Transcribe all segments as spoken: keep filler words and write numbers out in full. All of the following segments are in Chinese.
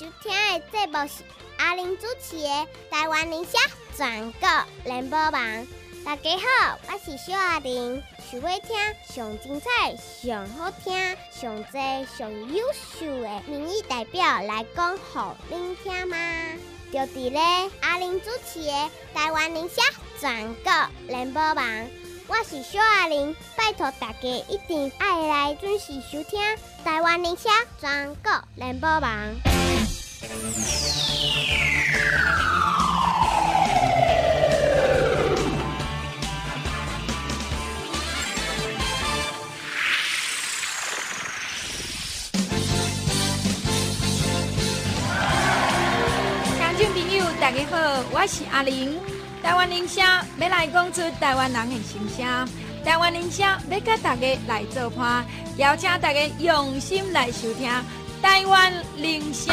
收听的节目是阿玲主持的《台湾人社全国联播网》。大家好，我是小阿玲。想要听上精彩、上好听、上多、上优秀的民意代表来讲，给您听吗？就伫咧阿玲主持的《台湾人社全国联播网》。我是小阿玲，拜托大家一定要来准时收听台湾人社全国联播网。 听众朋友，大家好，我是阿玲。台湾人社要来讲出台湾人的心声，台湾人社要甲大家来做伴，邀请大家用心来收听台湾人社。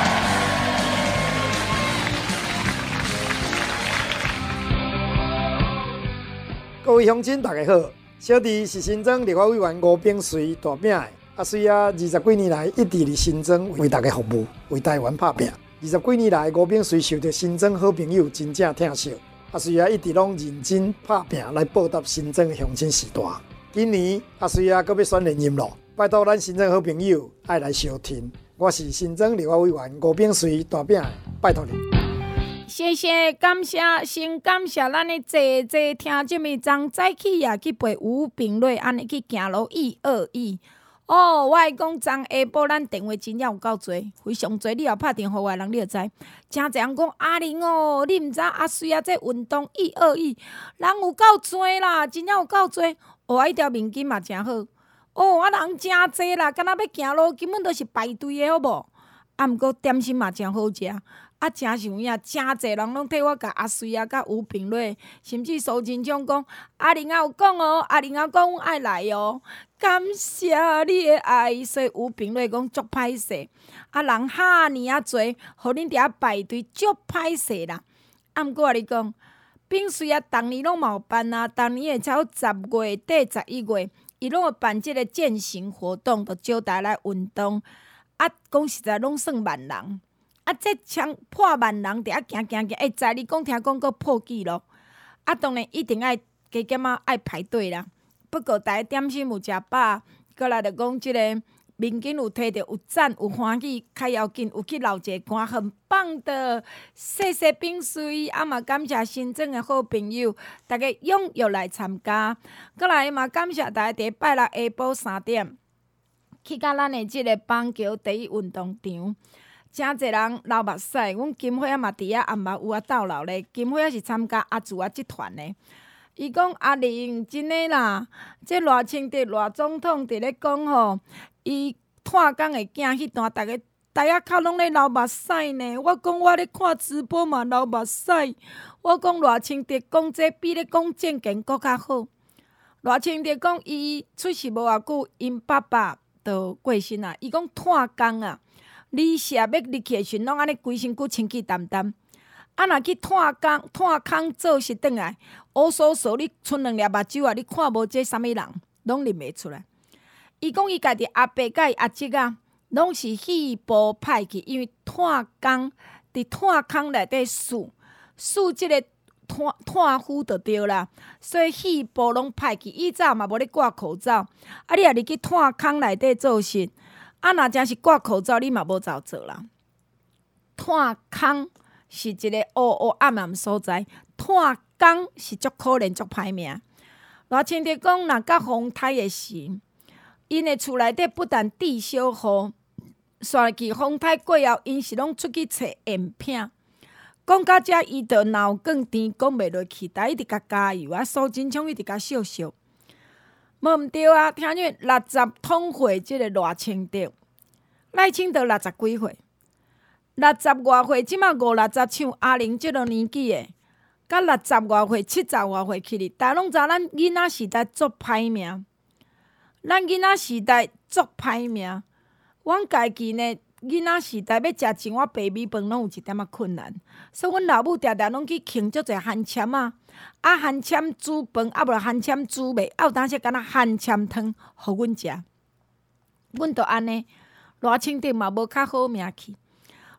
各位乡亲，大家好，小弟是新庄立法委员吴秉随大饼的，啊，随啊二十几年来一直伫新庄为大家服务，为台湾拍拼。二十几年来，吴秉随受到新庄好朋友真正疼惜。阿水啊，一直拢认真拍拼来报答新庄的乡亲时代。今年阿水啊，阁要选连任咯，拜托咱新庄好朋友爱来相挺。我是新庄立法委员吴秉随大饼，拜托你。 谢谢，感谢，先感谢咱的坐坐听这么早早起也去陪吴炳瑞安尼去行路一二一。哦，我会讲，昨下晡咱电话真正有够多，非常多。你若拍电话互人，你就知。真侪人讲阿玲哦，你毋知阿水啊，这运动一二一，人有够多啦，真正有够多。哦，啊，迄条面巾嘛真好。哦，啊，人真济啦，敢若要行路，根本都是排队的，好无？啊，毋过点心嘛真好食。啊，真像影，真侪人拢替我甲阿水啊、甲吴炳瑞，甚至苏金昌讲，阿玲啊有讲哦，阿玲啊讲爱来哦，感谢你的爱，所以吴炳瑞讲足歹势，啊人哈尼啊多，互恁伫遐排队足歹势啦。啊，毋过我你讲，炳瑞啊，逐年拢嘛有办啊，逐年会超十月底、十一月，伊拢会办即个践行活动，着招大家来运动。啊，讲实在拢算万人。啊，这枪破万人，伫遐行行行，会知你讲听讲，阁破纪录。啊，当然一定爱加减啊，爱排队啦。不过，大家点心有食饱，过来着讲即个面巾有摕着，有赞有欢喜，较要紧有去流一个汗，很棒的。谢谢秉随，啊嘛感谢新庄的好朋友，大家踊跃来参加。过来嘛感谢大家伫拜六下晡三点去到咱的即个邦桥第一运动场。真侪人流目屎，阮金花嘛伫遐暗晡有啊斗流咧。金花是参加阿祖啊集团咧。伊讲阿玲真诶啦，这赖清德赖总统伫咧讲吼，伊炭工的囝迄段，逐个大家口拢咧流目屎呢。我讲我咧看直播嘛流目屎。我讲赖清德讲这比咧讲政见搁较好。赖清德讲伊出世无偌久，因爸爸就过身啊。伊讲炭工啊。你社要入去的时，拢安尼规身躯清气淡淡。啊，若去炭工、炭坑做事转来，乌索索，你剩两粒目睭啊，你看无这啥物人，拢认袂出来。伊讲伊家己阿伯甲伊阿叔啊，拢是戏部派去，因为炭工伫炭坑内底输输即个炭炭夫就对啦，所以戏部拢派去。以早嘛无咧挂口罩，啊，你若入去炭坑内底做事。啊，若真是挂口罩，你嘛无走做啦。炭坑是一个黑黑暗暗所在，炭工是足可怜、足歹命。赖清德讲，若甲风台的时，因的厝内底不但地小雨，煞去风台过后，因是拢出去找赝品。讲到遮，伊就脑梗甜，讲袂落去，但一直甲加油啊！苏金昌一直甲笑笑。无毋对啊！听见六十通岁，即个赖清德，赖清德六十几岁，六十外岁，即马五六十像阿玲即个年纪的，甲六十外岁、七十外岁起哩，大家拢知咱囡仔时代足歹命，咱囡仔时代足歹命。阮家己呢，囡仔时代要食一碗白米饭，拢有一点仔困难，所以阮老母常常拢去请足侪番签啊。啊，番签煮饭，啊无番签煮糜，啊有当时敢若番签汤，互阮食。阮就安尼，赖清德嘛无较好命去。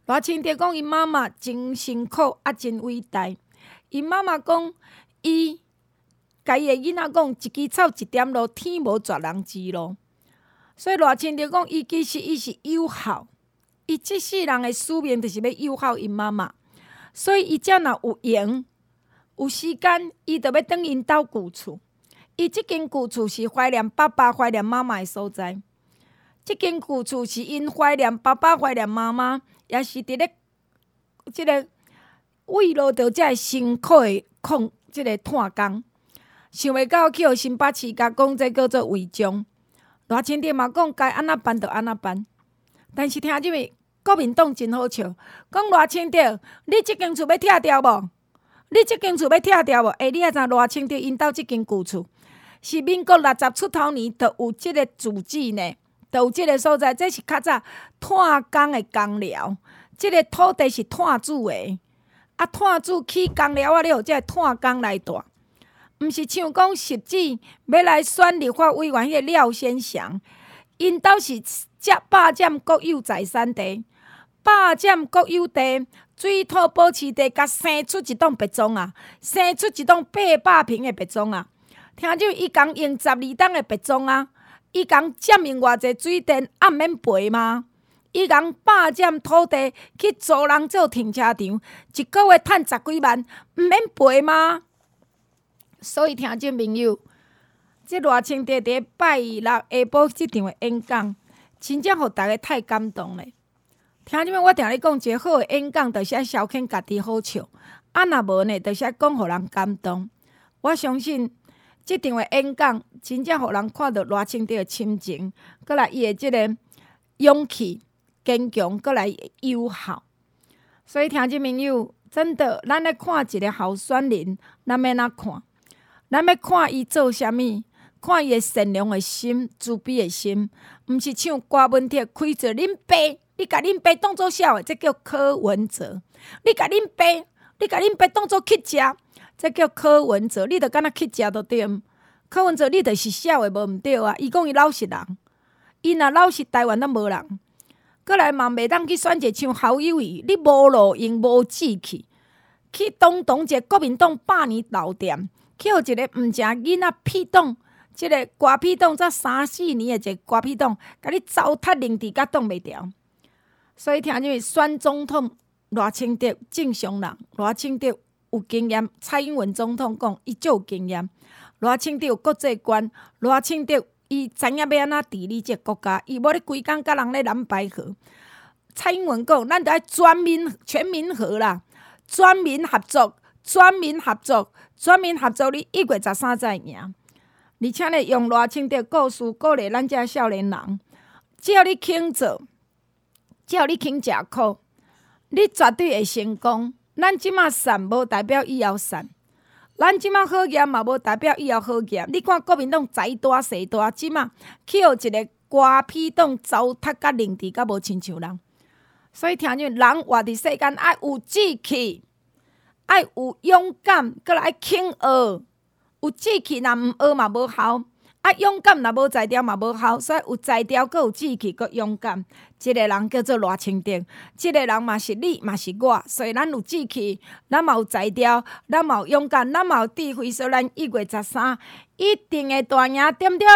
罗清德讲，伊妈妈真辛苦，啊真伟大。伊妈妈讲，伊家己的囡仔讲，一枝草一点露，天无绝人之路。所以罗清德讲，伊其实伊是友好，伊即世人的使命就是要友好因妈妈。所以伊只若有闲有时间，伊就要转因兜旧厝。伊即间旧厝是怀念爸爸、怀念妈妈的所在。即间旧厝是因怀念爸爸、怀念妈妈，也是伫咧即个慰劳着遮辛苦的抗即个炭工。想袂到去互新北市甲讲，这叫做违章。罗清德嘛讲，该安怎办就安怎办。但是听入去，国民党真好笑，讲罗清德，你即间厝要拆掉无？你即间厝要拆掉无？哎，你也知罗清德因兜即间旧厝是民国六十出头年就有即个住址呢，就有即个所在。这是较早炭工的工寮，即个土地是炭主的。啊，炭主起工寮啊，你互即个炭工来住。毋是像讲实际要来选立法委员迄个廖先祥，因兜是占霸占国有财产地，霸占国有地，水土保持地，甲生出一栋别庄啊，生出一栋八百平的别庄啊。听就伊共用十二栋的别庄啊，伊共占用偌济水电，啊毋免赔吗？伊共霸占土地去租人做停车场，一个月趁十几万，毋免赔吗？所以听众朋友，即罗清德伫拜六下晡即场的演讲，真正互大家太感动咧。听众们，我定咧讲，一个好的演讲，就是消遣家己好笑；啊，若无呢，就是讲互人感动。我相信即场的演讲，真正互人看到罗清德的深情，搁来伊的即个勇气、坚强，搁来友好。所以听众朋友，真的，咱咧看一个候选人，咱要哪看？咱要看伊做啥物？看伊的善良的心、慈悲的心，毋是像郭文铁开做恁爸，你甲恁爸当做啥诶？这叫柯文哲。你甲恁爸，你甲恁爸当做乞食，这叫柯文哲。你着敢若乞食就对。柯文哲，你就是笑诶，无毋对啊！伊讲伊老实人，伊若老实，台湾都无人。过来嘛，袂当去选一个像侯友宜，你无路用、无志气，去当当一个国民党百年老店。去互一个毋正囡仔屁党，即个瓜屁党，才三四年的一个瓜屁党，甲你糟蹋凌迟，甲挡袂牢。所以听入选总统，罗清德正常人，罗清德有经验。蔡英文总统讲，伊足有经验。罗清德有国际观，罗清德伊知影要安怎治理即个国家，伊无咧规工甲人咧蓝白合。蔡英文讲，咱着爱全民全民和啦，全民合作。全民合作，全民合作，你一月十三才赢。而且呢，用罗清德故事鼓励咱遮少年人，只要你肯做，只要你肯食苦，你绝对会成功。咱即马散无代表以后散，咱即马好业嘛无代表以后好业。你看国民党财大势大，即马去互一个瓜屁党糟蹋甲凌迟甲无亲像人。所以听见人活伫世间爱有志气。爱有勇敢，搁来爱肯学，有志气，若毋学嘛无效；啊，勇敢若无才调嘛无效。所以有才调，搁有志气，搁勇敢，即、这个人叫做罗清德。即、这个人嘛是你，嘛是我。所以咱有志气，咱嘛有才调，咱嘛有勇敢，咱嘛有智慧。所以咱一月十三一定会大赢，对毋对？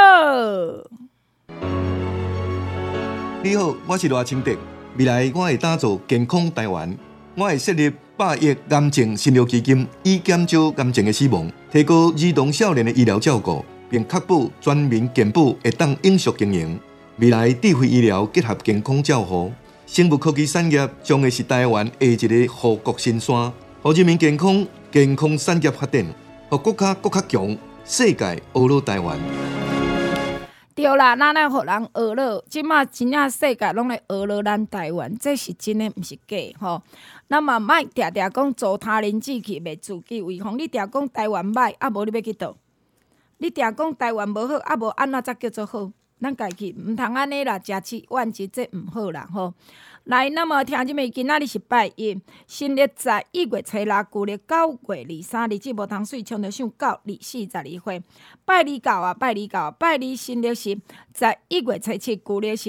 你好，我是罗清德。未来我会打造健康台湾，我会设立百亿癌症新疗基金，以减少癌症的死亡，提高儿童少年的医疗照顾，并确保全民健保会当永续经营。未来智慧医疗结合健康照护，生物科技产业将会是台湾下一个护国神山，让人民健康、健康产业发展，让国家更较强，世界学落台湾。 对啦，咱来互人学乐，即马真正世界拢咧学乐咱台湾，这是真诶，毋是假吼。咱嘛莫定定讲助他人志气，袂自己为风。你定讲台湾歹，啊无你要去倒？你定讲台湾无好，啊无安怎才叫做好？咱家己毋通安尼啦，食七万七这毋好啦吼。来，那么听即面今仔日是拜一，新历在一月初六，旧历九月二三日，即无通水冲着上九二四十二岁。拜二到啊，拜二到，拜二新历是在一月初七，旧历是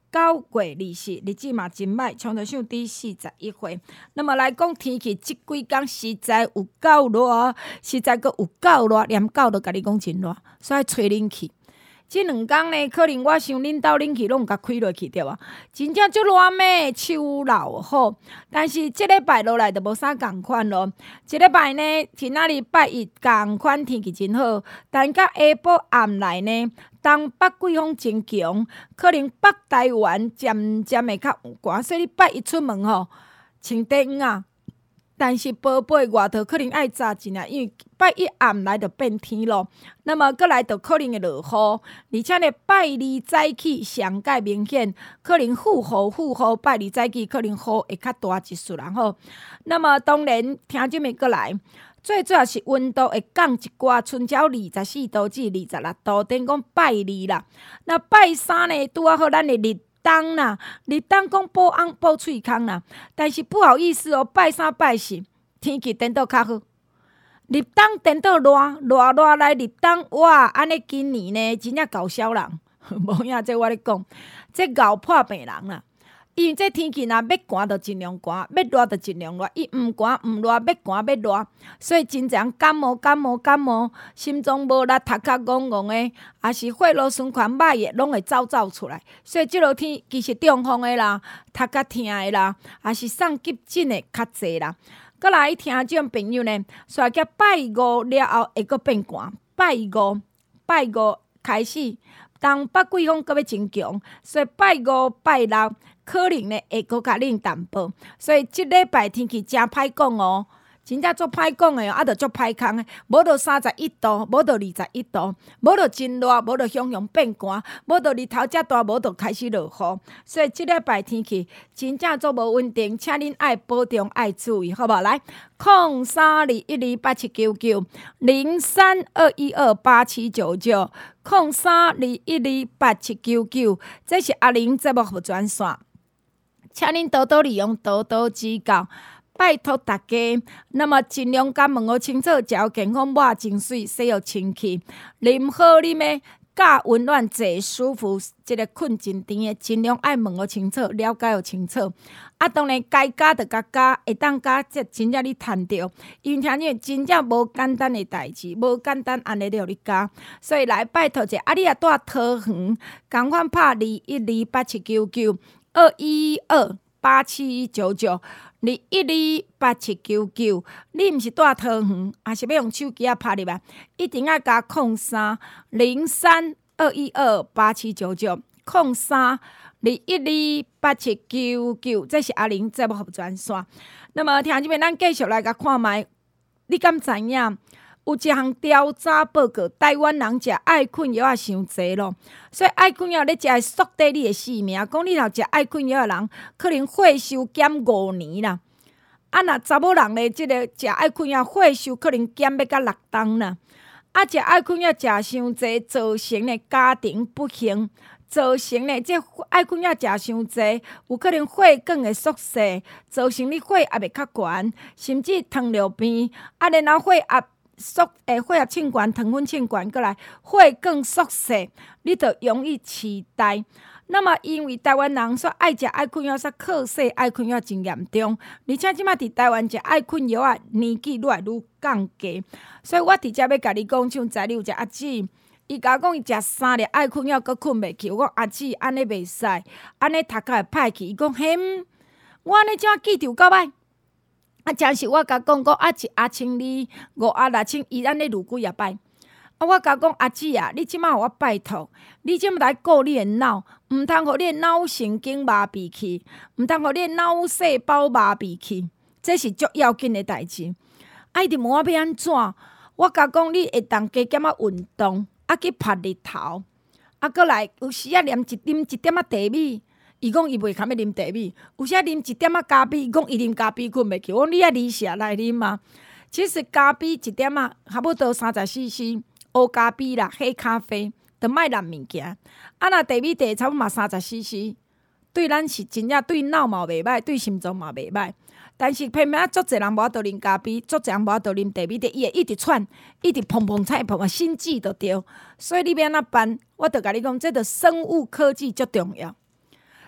九月二十，日子嘛真歹，冲着上伫四十一岁。那么来讲天气，即几天实在有够热，实在阁有够热，连狗都甲你讲真热，所以吹冷气。即两天呢，可能我想恁兜冷气拢甲开落去对无？真正足热咩，手老好。但是即礼拜落来就无啥共款咯。即礼拜呢，今仔日拜一共款天气真好，但甲下晡暗来呢，东北季风真强，可能北台湾渐渐会较有寒，所以你拜一出门吼，穿短袄啊。但是宝贝外头可能爱早一下，因为拜一暗来就变天咯。那么过来就可能会落雨，而且呢拜二早起上界明显，可能负雨负雨，拜二早起可能雨会较大一丝然后。那么当然听这么过来，最主要是温度会降一寡，春朝二十四度至二十六度，等于讲拜二啦。那拜三呢，拄啊好咱的日冬啦，日冬讲保红保喙空啦，但是不好意思哦，拜三拜四天气颠倒较好，日冬颠倒热热热来日冬，哇！安尼今年呢真正搞笑人，无影这我咧讲，这熬破病人啦。因为这天气若要寒就尽量寒，要热就尽量热，伊毋寒毋热，要寒要热，所以真侪感冒感冒感冒，心脏无力，头壳戆戆的，也是血路循环歹的，拢会走走出来。所以即落天其实中风的啦，头壳疼的啦，也是送急诊的较侪啦。过来听这种朋友呢，煞叫拜五了后会阁变寒，拜五拜五开始，东北季风阁要真强，所以拜五拜六。可能呢会搁较冷淡薄，所以即礼拜天气真歹讲哦，真正足歹讲的哦，啊，着足歹空的，无着三十一度，无着二十一度，无着真热，无着熊熊变寒，无着日头遮大，无着开始落雨，所以即礼拜天气真正足无稳定，请恁爱保重，爱注意，好无？来，空三二一二八七九九零三二一二八七九九空三二一二八七九九，这是阿玲节目服专线。请恁多多利用，多多指教，拜托大家。那么尽量甲问好清楚，食好健康，抹清水，洗好清气，啉好啉的，加温暖，坐舒服，即个困真甜的，尽量爱问好清楚，了解好清楚。啊，当然该加就甲加，会当加，即真正你趁着，因为听见真正无简单的代志，无简单安尼了你加，所以来拜托者，啊，你也住桃园，共款拍二一二八七九九。二一二八七九九，二一二八七九九，你毋是住桃园，还是要用手机啊拍入来？一定要加空三零三二一二八七九九，空三二一二八七九九，这是阿玲节目服专线。那么听这边，咱继续来甲看卖，你敢知影？有一项调查报告，台湾人食爱困药啊伤济咯，所以爱困药咧食会缩短你的性命。讲你若食爱困药的人，可能血寿减五年啦。啊，若查某人咧，即个食爱困药血寿可能减要到六档啦。啊，食爱困药食伤济，造成咧家庭不幸，造成咧即爱困药食伤济，有可能血管会缩细，造成你血压会较悬，甚至糖尿病，啊，然后血压。缩诶，血压秤悬，糖分秤悬，过来血管缩细，你就容易痴呆。那么，因为台湾人说爱食爱困药，说靠洗爱困药真严重，而且即马伫台湾食爱困药啊，年纪愈来愈降低。所以我直接要甲你讲，像昨日有一个阿姊，伊甲我讲伊食三粒爱困药，阁困袂去。我讲阿姊安尼袂使，安尼头壳会歹去。伊讲嘿，我安尼怎记住到歹？啊，真是我甲讲讲，啊一阿青哩，五阿六青，伊安尼如几啊摆。啊，我甲讲阿姊啊，你即摆互我拜托，你即摆来顾你的脑，毋通互你的脑神经麻痹去，毋通互你的脑细胞麻痹去，这是足要紧的代志。啊，伊直问我要安怎？我甲讲你会当加减仔运动，啊去晒日头，啊过来有时啊啉一啉一点仔茶米。伊讲伊袂堪要啉茶米，有时啉一点仔咖啡，伊讲伊啉咖啡困袂去。我讲你啊，离舍来啉嘛。其实咖啡一点仔，差不多三十 C C， 黑咖啡啦、黑咖啡，都莫染物件。啊，若茶米茶差不多嘛三十 C C， 对咱是真正对脑嘛袂歹，对心脏嘛袂歹。但是偏偏啊，足侪人无法度啉咖啡，足侪人无法度啉茶米茶，伊会一直喘，一直砰砰菜砰砰，心悸就对。所以你要安怎办？我着甲你讲，这个生物科技足重要。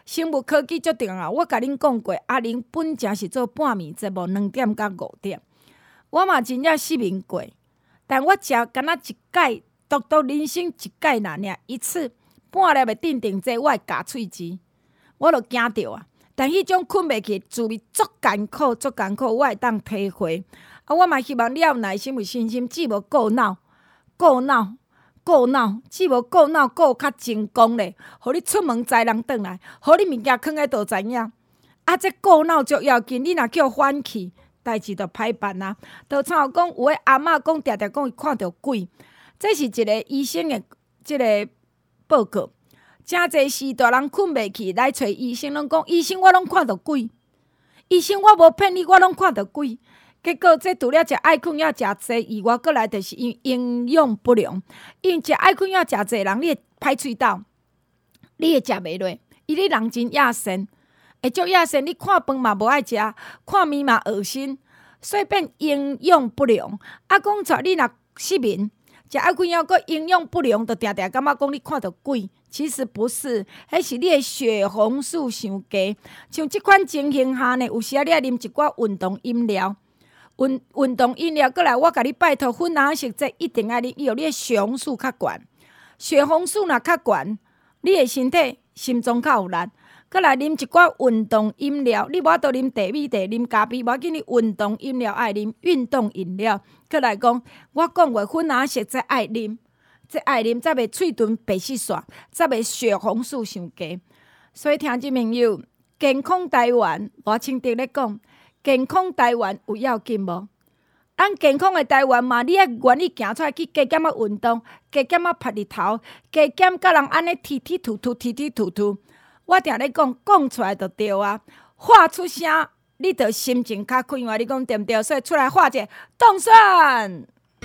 生物科技足重要。我甲恁讲过，阿玲本正是做半暝节目，两点到五点。我嘛真正失眠过，但我食敢若一摆，独独人生一摆那尔，一次半粒的定定这，我会咬喙齿，我就惊着啊！但迄种困袂去，滋味足艰苦，足艰苦，我会当体会。啊，我嘛希望你有耐心、有信心，只无顾脑、顾脑、顾脑，只无顾脑顾较成功咧，互你出门载人转来，互你物件囥喺倒知影。啊，这顾脑足要紧，你若叫反去，代志就歹办啊。就像有讲，有诶阿嬷讲，常常讲伊看到鬼，这是一个医生诶，即个报告。真侪时大人困袂去，来找医生，拢讲医生我拢看到鬼，医生我无骗你，我拢看到鬼。结果这除了食爱困药食济以外，过来就是因营养不良。因食爱困药食济人，你会歹喙斗，你会食袂落，伊咧人真野生，会足野生。你看饭嘛无爱食，看面嘛恶心，所以变营养不良。啊，讲出你若失眠，食爱困药个营养不良，就定定感觉讲你看到鬼。其实不是，迄是你的血红素伤低。像即款情形下呢，有时啊，你爱啉一寡运动饮料，运运动饮料过来，我甲你拜托，粉红色这一定爱啉，伊有你的血红素较悬。血红素若较悬，你的身体心脏较有力。过来啉一寡运动饮料，你无法度啉茶米茶、啉咖啡，无要紧，你运动饮料爱啉运动饮料。过来讲，我讲过粉红色这爱啉。这爱啉才袂喙唇白死煞，才袂血红素伤低。所以听众朋友，健康台湾，我清德咧讲，健康台湾有要紧无？咱健康的台湾嘛，你爱愿意行出来去加减啊运动，加减啊晒日头，加减甲人安尼踢踢突突踢踢突突。我定咧讲，讲出来就对啊，话出声，你就心情较快活。你讲对毋对？所以出来画者动算。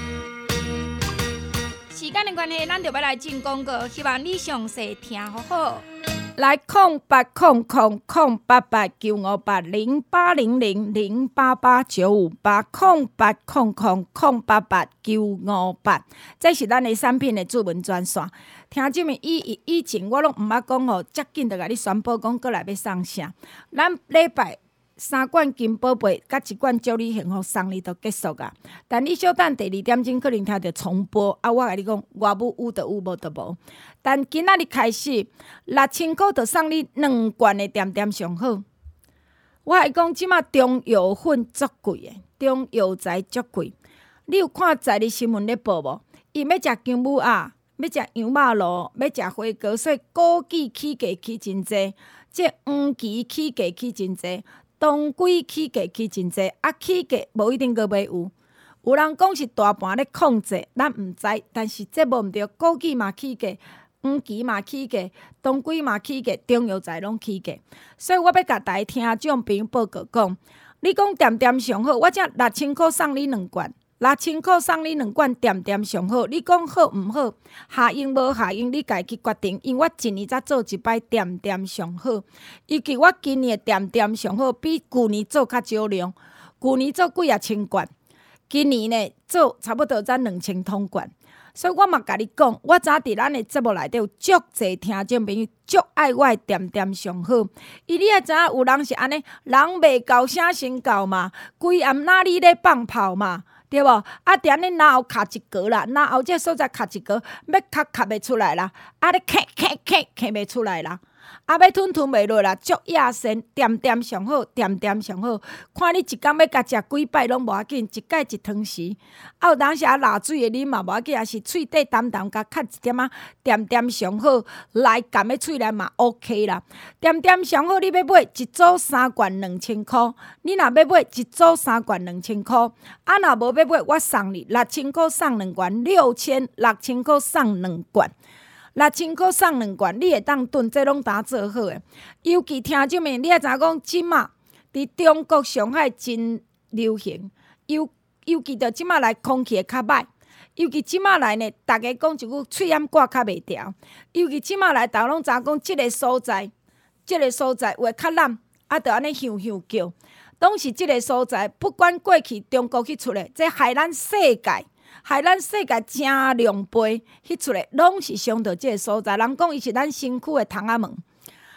时间的关系，咱就要来进广告，希望你详细听好好。来，空八空空空八八九五八零八零零零八八九五八空八空空空八八九五八，这是咱的产品的主文专线。听众们，以以前我拢毋捌讲吼，遮紧就甲你宣布讲过来要送啥。咱礼拜三罐金宝贝，甲一罐祝你幸福送你都结束啊！但你小等第二点钟可能听到重播啊！我甲你讲，外母有就有，无就无。但今仔日开始，六千块就送你两罐的点点上好。我还讲，即马中药粉足贵的，中药材足贵。你有看在日新闻咧报无？伊要食姜母鸭，要食羊肉炉，要食花糕，所以枸杞起价起真济，即黄芪起价起真济。当归起价起真济，啊起价无一定个袂有。有人讲是大盘咧控制，咱毋知，但是这无毋对。枸杞嘛起价，黄芪嘛起价，当归嘛起价，中药材拢起价。所以我要甲大家听众朋友报告讲，你讲点点上好，我才六千块送你两罐。六千块送你两罐点点上好，你讲好毋好？下用无下用，你家己决定。因为我一年才做一摆点点上好，尤其我今年的点点上好比旧年做较少量，旧年做几啊千罐，今年呢做差不多才两千通罐。所以我嘛甲你讲，我早伫咱的节目内底有足侪听众朋友足爱我的点点上好，伊你也知影有人是安尼，人未到啥先到嘛，规暗哪里咧放炮嘛。对无？啊，伫安尼哪后卡一格啦，哪后这所在卡一格，要卡卡袂出来啦，啊，你卡卡卡卡袂出来啦，啊，要吞吞袂落啦，足野生，点点上好，点点上好。看你一工要甲食几摆拢无要紧，一盖一汤匙。啊，有当时啊，辣水的啉嘛无要紧，也是喙底淡淡甲卡一点啊，点点上好，来含的喙内嘛 OK 啦。点点上好，你要买一组三罐两千箍，你若要买一组三罐两千箍，啊，若无要买，我送你六千箍送两罐，六千六千箍送两罐。六千块送两罐，你会当炖，这拢打做好诶。尤其听众们，你也知影讲，即马伫中国上海真流行，尤尤其着即马来空气会较歹，尤其即马来呢，逐个讲一句喙炎挂较袂调，尤其即马来，逐个拢知影讲，即个所在，即个所在话较冷，啊，着安尼响响叫，拢是即个所在。不管过去中国去出来，这害咱世界。害咱世界正量杯，迄出来拢是上到即个所在。人讲伊是咱身躯的窗仔门，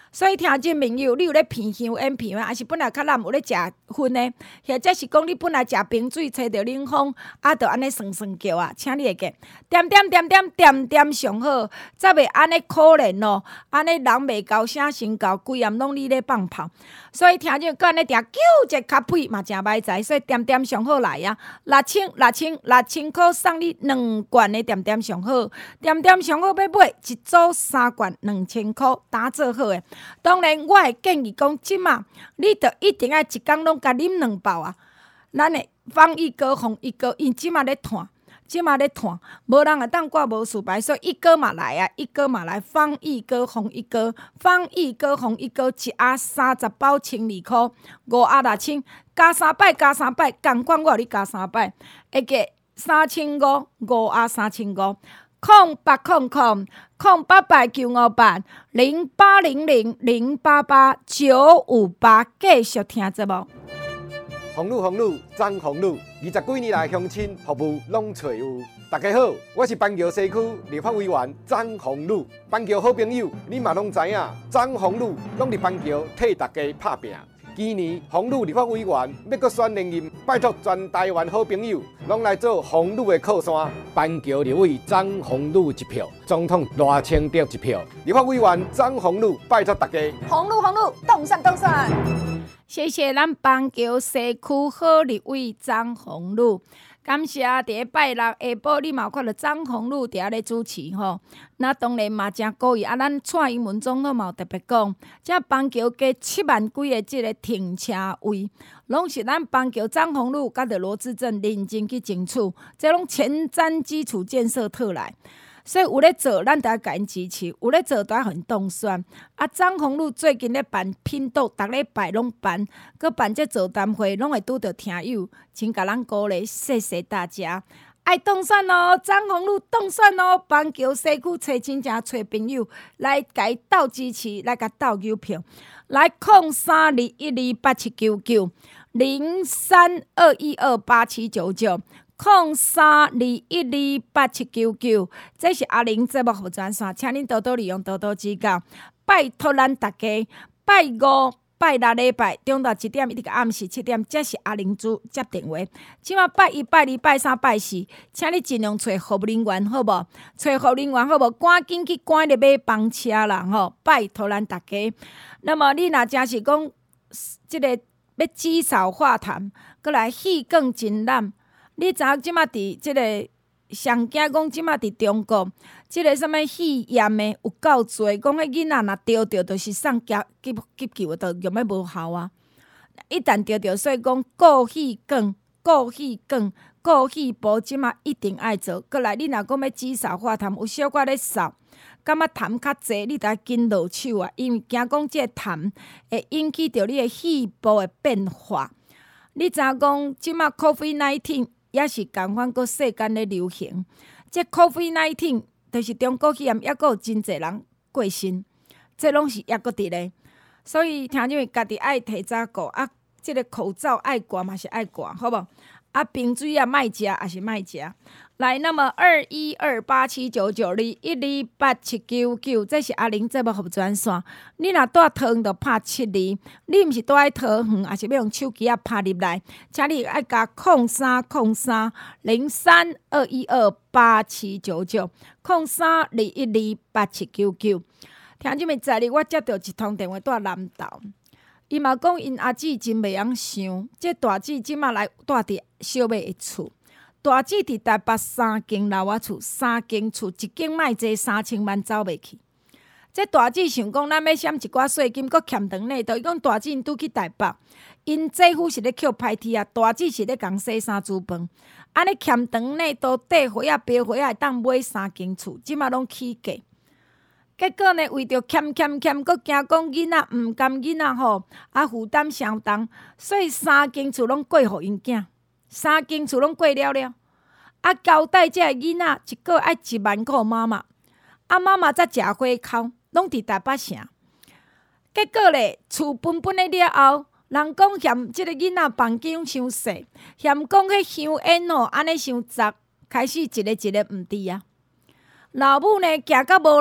所以听众朋友，你有咧鼻香烟鼻啊，还是本来较难有咧食薰的，或者是讲你本来食冰水，吹着冷风，啊，着安尼酸酸叫啊，请你会记，点点点点点点上好，则袂安尼可怜咯，安尼人袂高声身高，规暗拢你咧放炮。所以听众个安尼定揪一卡屁嘛真歹知，所以点点上好来啊，六千六千六千块送你两罐的点点上好，点点上好要买一组三罐两千块，打做好的。当然，我会建议讲，即马你着一定要一工拢甲啉两包啊！咱的防疫膏、防疫膏，因即马咧摊，即马咧摊，无人会当挂无事牌，所以一膏嘛来啊，一膏嘛来，防疫膏、防疫膏、防疫膏、防疫膏，一盒三十包千二箍，五盒六千，加三百加三百，共款我互你加三百，会记三千五，五盒三千五。空八空空空八八九五八零八零零零八八九五八，继续听节目。 红路红路张红路，二十几年来乡亲服务拢找有。大家好，我是板桥西区立法委员张宏路。板桥好朋友，你嘛拢知影，张宏路拢伫板桥替大家拍拼。今年宏路立法委员要阁选连任，拜托全台湾好朋友拢来做宏路的靠山。板桥立委张宏路一票，总统赖清德一票。立法委员张宏路，拜托大家。 宏路宏路，动算动算。谢谢咱板桥西区好立委张宏路。感谢伫个拜六下晡，你嘛有看到张宏路伫遐咧主持吼。那当然嘛真高意啊！咱蔡英文总统嘛有特别讲，这板桥加七万几个即个停车位，拢是咱板桥张宏路甲着罗志正认真去争取，这拢前瞻基础建设特来。所以有咧做，咱就要甲因支持；有咧做，就要互因当选。啊，张宏路最近咧办拼斗，逐礼拜拢办，佮办这座谈会，拢会拄着听友，请甲咱鼓励，谢谢大家。爱当选哦，张宏路当选哦，板桥西区找亲戚、找朋友来甲伊斗支持，来甲斗邮票，来空三二一二八七九九零三二一二八七九九。空三二一二八七九九，这是阿玲节目服专线，请恁多多利用，多多指教。拜托咱大家，拜五、拜六礼拜中昼一点一直到暗时七点，这是阿玲主接电话。即马拜一、拜二、拜三、拜四，请你尽量找服务人员，好无？找服务人员好无？赶紧去赶入买房车啦，吼！拜托咱大家。那么你若真是讲，即个要指手画谈，过来戏更真揽。你知影即马伫即个上惊讲即马伫中国，即个什物肺炎的有够多，讲迄囡仔若得着，就是送急急急救，就用要无效啊！一旦得着，所以讲过气管、过气管、过气部，即马一定爱做。过来，你若讲要指手画谈，有小可咧扫，感觉痰较济，你着紧落手啊，因为惊讲即个痰会引起着你的肺部的变化。你知影讲即马 COVID 十九也是共款，搁世间咧流行。这 COVID 十九 就是中国肺炎，也搁有真侪人过身，这拢是也搁伫咧。所以听众家己爱提早顾啊，即个口罩爱挂嘛是爱挂，好无？啊，冰水啊，莫食，也是莫食。来，那么二一二八七九九二一二八七九九，这是阿玲节目服务专线。你若带桃园，就拍七二；你毋是带爱桃园，也是要用手机啊拍入来，请你爱加空三空三零三二一二八七九九空三二一二八七九九。听即面在哩，我接到一通电话，带南投。伊嘛讲，因阿姊真袂晓想，这大姊即马来住伫小妹的厝，大姊伫台北三间楼仔厝，三间厝一间卖坐三千万走袂去。这大姊想讲，咱要闪一寡税金，搁欠长呢，就伊讲大姊因拄去台北，因姐夫是咧捡歹铁啊，大姊是咧共洗衫煮饭，安尼欠长呢，都缀花啊标花啊，当买三间厝，即马拢起价。结果呢，为着欠欠欠，搁惊讲囡仔毋甘囡仔吼，啊负担伤重，所以三间厝拢过互因囝，三间厝拢过了了。啊，交代这个囡仔一个爱一万块妈妈，啊妈妈才食花口，拢伫台北城。结果咧，厝分分的了后，人讲嫌即个囡仔房间伤细，嫌讲迄香烟吼安尼伤杂，开始一个一个毋伫啊。老母呢，行到无路，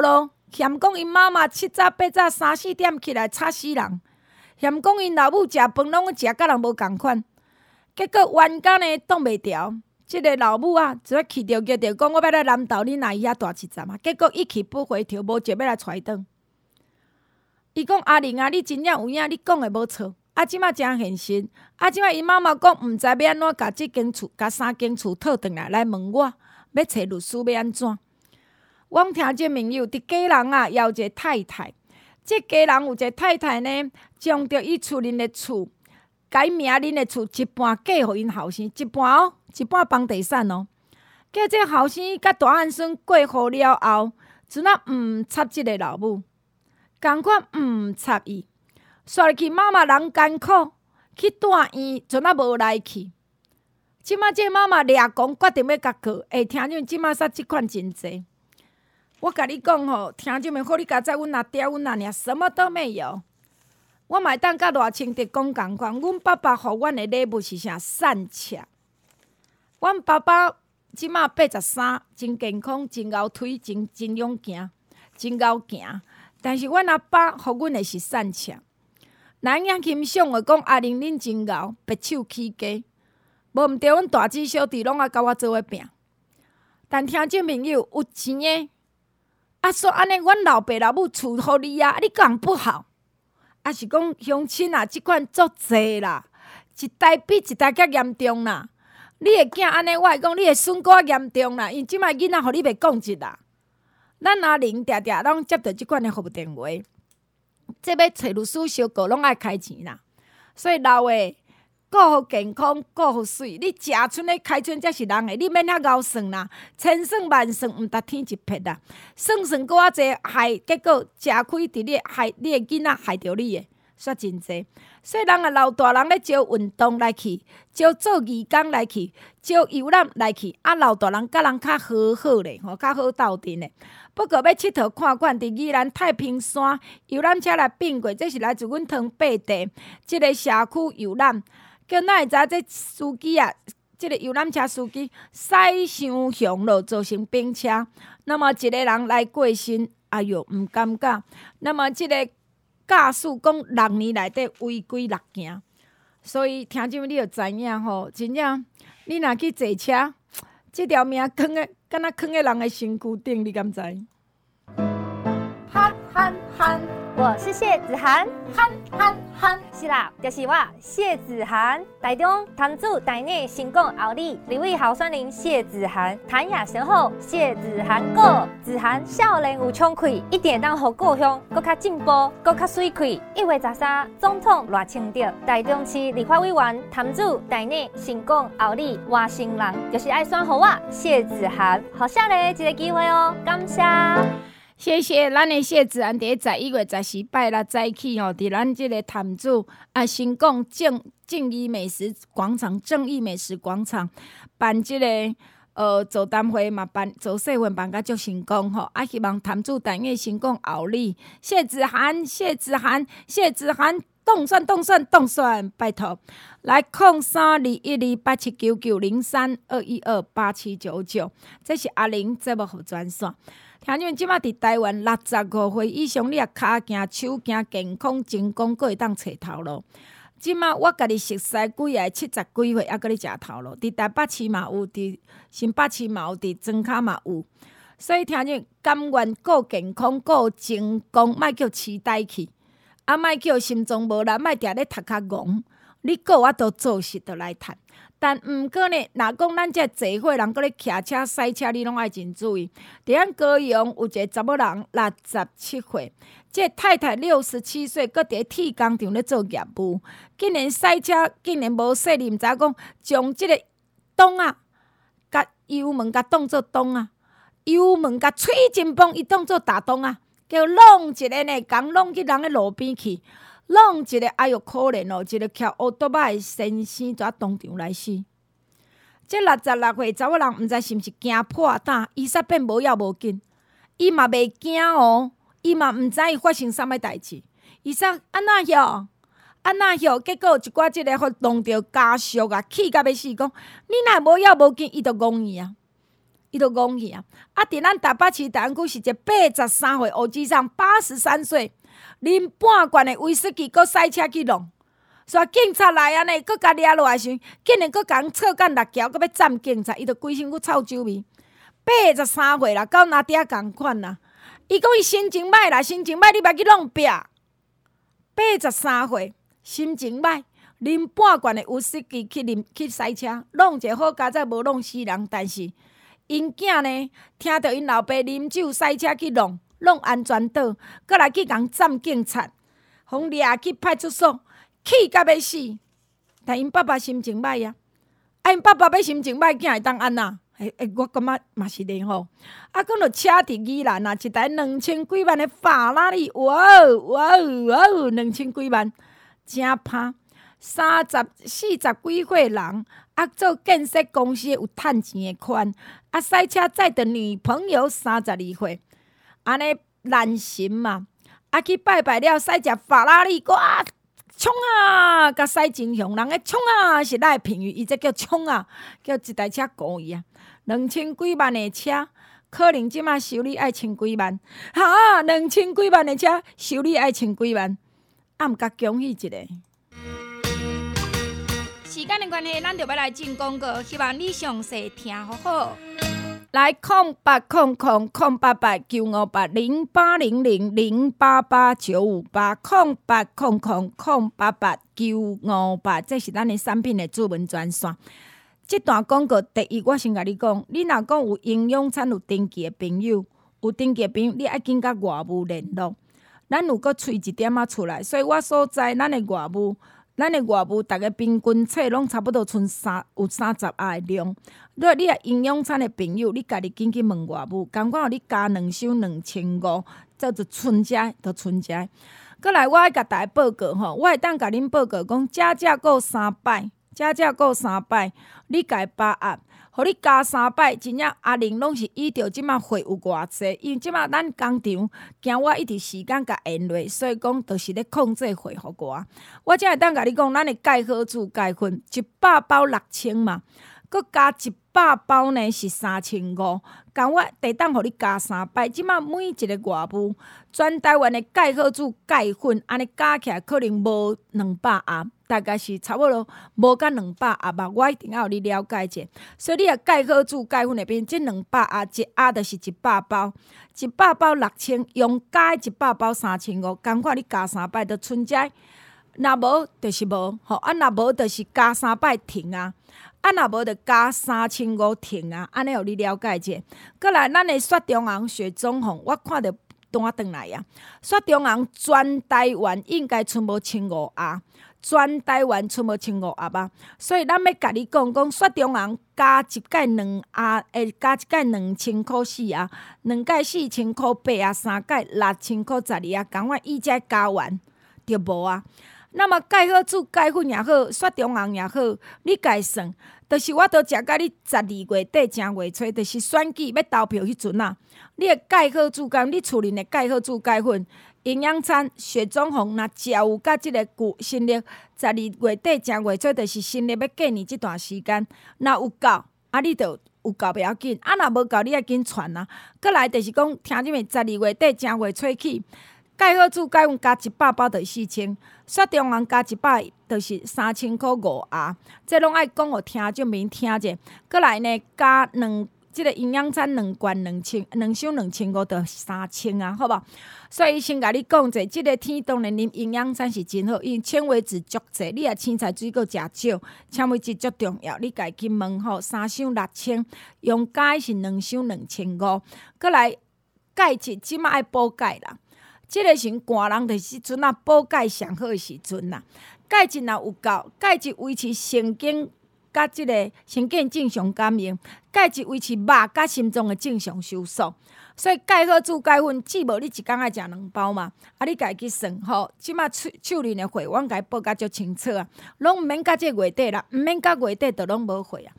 嫌讲因妈妈七早八早三四点起来吵死人，嫌讲因老母食饭拢食甲人无共款，结果冤家呢挡袂牢。即个老母啊，只要气着叫着讲，我要来南投恁阿姨遐大市站啊，结果一去不回头，无就要来揣转。伊讲阿玲啊，你真正有影，你讲的无错。啊，即马真现实。啊，即马因妈妈讲，毋知要安怎甲即间厝、甲三间厝讨转来，来问我要找律师要安怎。阮听即朋友伫家人啊，邀一个太太。即家人有一个太太呢，将着伊厝恁的厝改名恁的厝一半嫁互因后生，一半哦，一半房地产哦。叫这后生甲大汉孙过户了后，阵啊毋插即个老母，共款毋插伊，煞入去妈妈人艰苦去住院，阵啊无来去。即马这妈妈掠讲决定要甲告，会听见即马煞即款真济。我甲你讲吼，听众们好，你家知阮阿爹阮阿娘什么都没有。我嘛会当甲赖清德讲共款，阮爸爸互阮的礼物是啥？善车。阮爸爸即马八十三，真健康，真贤腿，真真勇行，真贤行。但是阮阿爸互阮的是善车。咱遐欣赏的讲阿玲恁真贤，白手起家，无毋对，阮大姊小弟拢爱甲我做伙拼。但听众朋友有钱的，啊说安尼，阮老爸老母厝互你啊，你讲不好。啊是讲乡亲啊，即款足济啦，一代比一代较严重啦。你的囝安尼，我会讲你的孙更严重啦，因即摆囡仔互你袂讲一啦。咱阿玲定定拢接到即款的服务电话，即要找律师相告，拢爱开钱啦。所以老的顾好健康，顾好水，你食春咧开春才是人的，你免遐熬算啦，千算万算毋值天一撇啦。算算搁较济害，结果食开伫你害你的囡仔害着你的，煞真济。所以人啊，老大人咧招运动来去，招做义工来去，招游览来去，啊老大人甲人较好好咧，吼较好斗阵咧。不过要佚佗看看，伫宜兰太平山游览车来并过，这是来自阮汤八地即个社区游览。叫哪会知这司机啊？这个游览车司机驶伤凶了，造成并车。那么一个人来过身，哎哟，毋感觉。那么这个驾驶讲六年内底违规六件，所以听众你就知影吼，真正你若去坐车，这条命囥诶，敢若囥诶人诶身躯顶，你敢知？ 憨憨憨，我是谢子涵，憨憨憨，是啦，就是我谢子涵。台中摊主台内成功后里，立委候选人谢子涵，谈也上好，谢子涵过，子涵少年有冲气，一定当互故乡搁较进步，搁较水开。一月十三，总统赖清德，台中市立法委员摊主台内成功后里，外省人就是爱选互我谢子涵，互少年一个机会哦，感谢。 谢谢咱的谢子安，伫十一月十四拜六早起吼，伫咱即个潭子啊新港正正义美食广场、正义美食广场办即、这个呃座谈会嘛，办做细份办甲足成功吼，啊希望潭子等个新港后里，谢子涵、谢子涵、谢子涵。动算动算动算，拜托来空三二一二八七九九零三二一二八七九九，这是阿玲节目服专线。听众即马伫台湾六十五岁以上，你也骹行手行健康成功，阁会当找头路。即马我家己熟悉几个七十几岁，还阁咧食头路。伫台北市嘛有，伫新北市嘛有，伫庄脚嘛有。所以听众甘愿顾健康、顾成功，莫叫痴呆去。啊，莫叫心脏无力，莫定咧读较戆。你个我都做事都来谈，但毋过呢，若讲咱这聚会人搁咧骑车、驶车，你拢爱真注意。伫咱高雄有一个查某人六十七岁，这太太六十七岁，搁伫铁工厂咧做业务，竟然驶车，竟然无说，你毋知讲将即个洞啊，甲油门甲当做洞啊，油门甲喙真棒，伊当做大洞啊。叫弄一个呢，共弄去人个路边去，弄一个，哎哟可怜哦，一个骑乌托邦的先生在当场来死。这六十六岁查某人，毋知是毋是惊破胆，伊煞变无要无紧，伊嘛袂惊哦，伊嘛毋知伊发生啥物代志，伊煞安那晓，安那晓，结果有一寡即个互弄着家属啊，气甲要死，讲你若无要无紧，伊就戆伊啊。 伊就戆去啊！啊，伫咱台北市大安区是一个八十三岁乌先生，八十三岁，啉半罐的威士忌，搁驶车去弄。所以警察来安尼，搁甲掠落来时，竟然搁共错干六条，搁要斩警察，伊就规身躯臭酒味。八十三岁啦，到哪底共款啦？伊讲伊心情歹啦，心情歹，你莫去弄壁。八十三岁，心情歹，啉半罐的威士忌去啉去驶车，弄一个好佳哉无弄死人，但是。因囝呢，听到因老爸啉酒驶车去弄，弄安全岛，搁来去共斩警察，互掠去派出所，气甲要死。但因爸爸心情歹啊，啊因爸爸要心情歹，囝会当安那？诶、欸、诶，我感觉嘛是哩吼。啊，讲着车伫宜兰啊，一台两千几万的法拉利，哇哦哇哦哇哦，两千几万，真歹。三十四十几岁人。啊，做建设公司有趁钱的款，啊，驶车载着女朋友三十二岁，安尼男神嘛，啊去拜拜了，驶只法拉利，哇，冲啊，甲驶真凶，人个冲啊是咱的评语，伊这叫冲啊，叫一台车故意啊，两千几万的车，可能即马修理爱千几万，哈，两千几万的车修理爱千几万，啊，毋甲恭喜一个。时间的关系，咱就要来进广告，希望你详细听好好。来，空八空空空八八九五八零八零零零八八九五八空八空空空八八九五八，这是咱的产品的主文专线。这段广告，第一，我先甲你讲，你若讲有营养餐有登记的朋友，有登记的朋友，你爱紧甲外务联络。咱有搁催一点仔出来，所以我所在咱的外务。咱的外务，逐个平均册拢差不多剩三有三十啊的量。若你系营养餐的朋友，你家己紧去问外务，共款互你加两箱两千五，叫做纯食，就纯食。过来，我爱甲大家报告吼，我会当甲恁报告讲，加价购三摆，加价购三摆，你家把握。互你加三摆，真正阿玲拢是依着即马货有偌济，因为即马咱工厂惊我一直时间甲延落，所以讲就是咧控制货互我。我才会当甲你讲，咱的钙好珠钙粉一百包六千嘛，佮加一百包呢是三千五。共我地当互你加三摆，即马每一个外务，全台湾的钙好珠钙粉，安尼加起来可能无两百盒。大概是差不多无甲两百盒吧，我一定要互你了解者。所以你啊钙好珠钙粉那边，这两百盒一盒就是一百包，一百包六千，用加一百包三千五，共款你加三摆就存在。若无就是无，吼啊若无就是加三摆停啊，啊若无就加三千五停啊，安尼互你了解者。过来，咱的雪中红、雪中红，我看着单转来啊，雪中红全台湾应该剩无千五盒。全台湾剩无千五盒吧，所以咱要甲你讲讲，雪中红加一盖两盒，会加一盖两千箍四啊，两盖四千箍八啊，三盖六千箍十二啊，赶快伊才加完就无啊。那么钙好珠钙粉也好，雪中红也好，你家算，就是我都食甲你十二月底正月初，就是选举要投票迄阵啊。你的钙好珠钙，你厝里的钙好珠钙粉。营养餐雪中红，若食有甲即个旧新历十二月底正月初，就是新历要过年即段时间，若有够，啊，你就有够袂要紧；啊，若无够，你爱紧传啊。过来就是讲，听即个十二月底正月初起，钙好珠钙粉加一百包就是四千，雪中红加一百就是三千箍五盒，这拢爱讲互听众明听者。过来呢，加两。即个营养餐两罐两千，两箱两千五就三千啊，好无？所以先甲你讲者，即个天当然啉营养餐是真好，因为纤维质足济，你啊青菜水果食少，纤维质足重要。你家去问吼，三箱六千，用钙是两箱两千五。过来钙质，即马爱补钙啦。即个时寒人的时阵啊，补钙上好的时阵啦。钙质若有够，钙质维持神经。甲即个神经正常感应，钙质维持肉甲心脏的正常收缩，所以钙好珠钙粉，只无你一工爱食两包嘛。啊，你家己算吼，即马手手里的货，阮家报甲足清楚啊，拢毋免甲这月底啦，毋免甲月底就拢无货啊。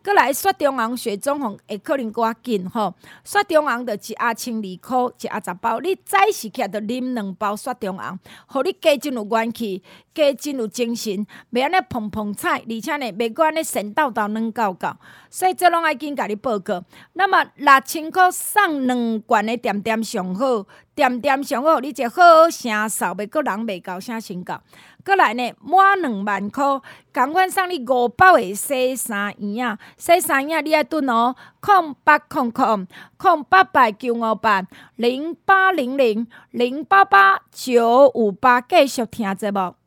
过来雪中红雪中红会可能搁较紧吼。雪中红就一盒千二箍，一盒十包。你早时起来就啉两包雪中红，互你加真有元气，加真有精神，袂安尼碰碰菜，而且呢，袂搁安尼神叨叨软搞搞。所以这拢爱紧甲你报告。那么六千箍送两罐的点点上好，点点上好，你一好好声扫，袂搁人袂够啥成够。过来呢，满两万箍，共款送你五包的洗衫圆啊！洗衫圆你爱顿哦，空八空空空八八九五八零八零零零八八九五八，继续听节目。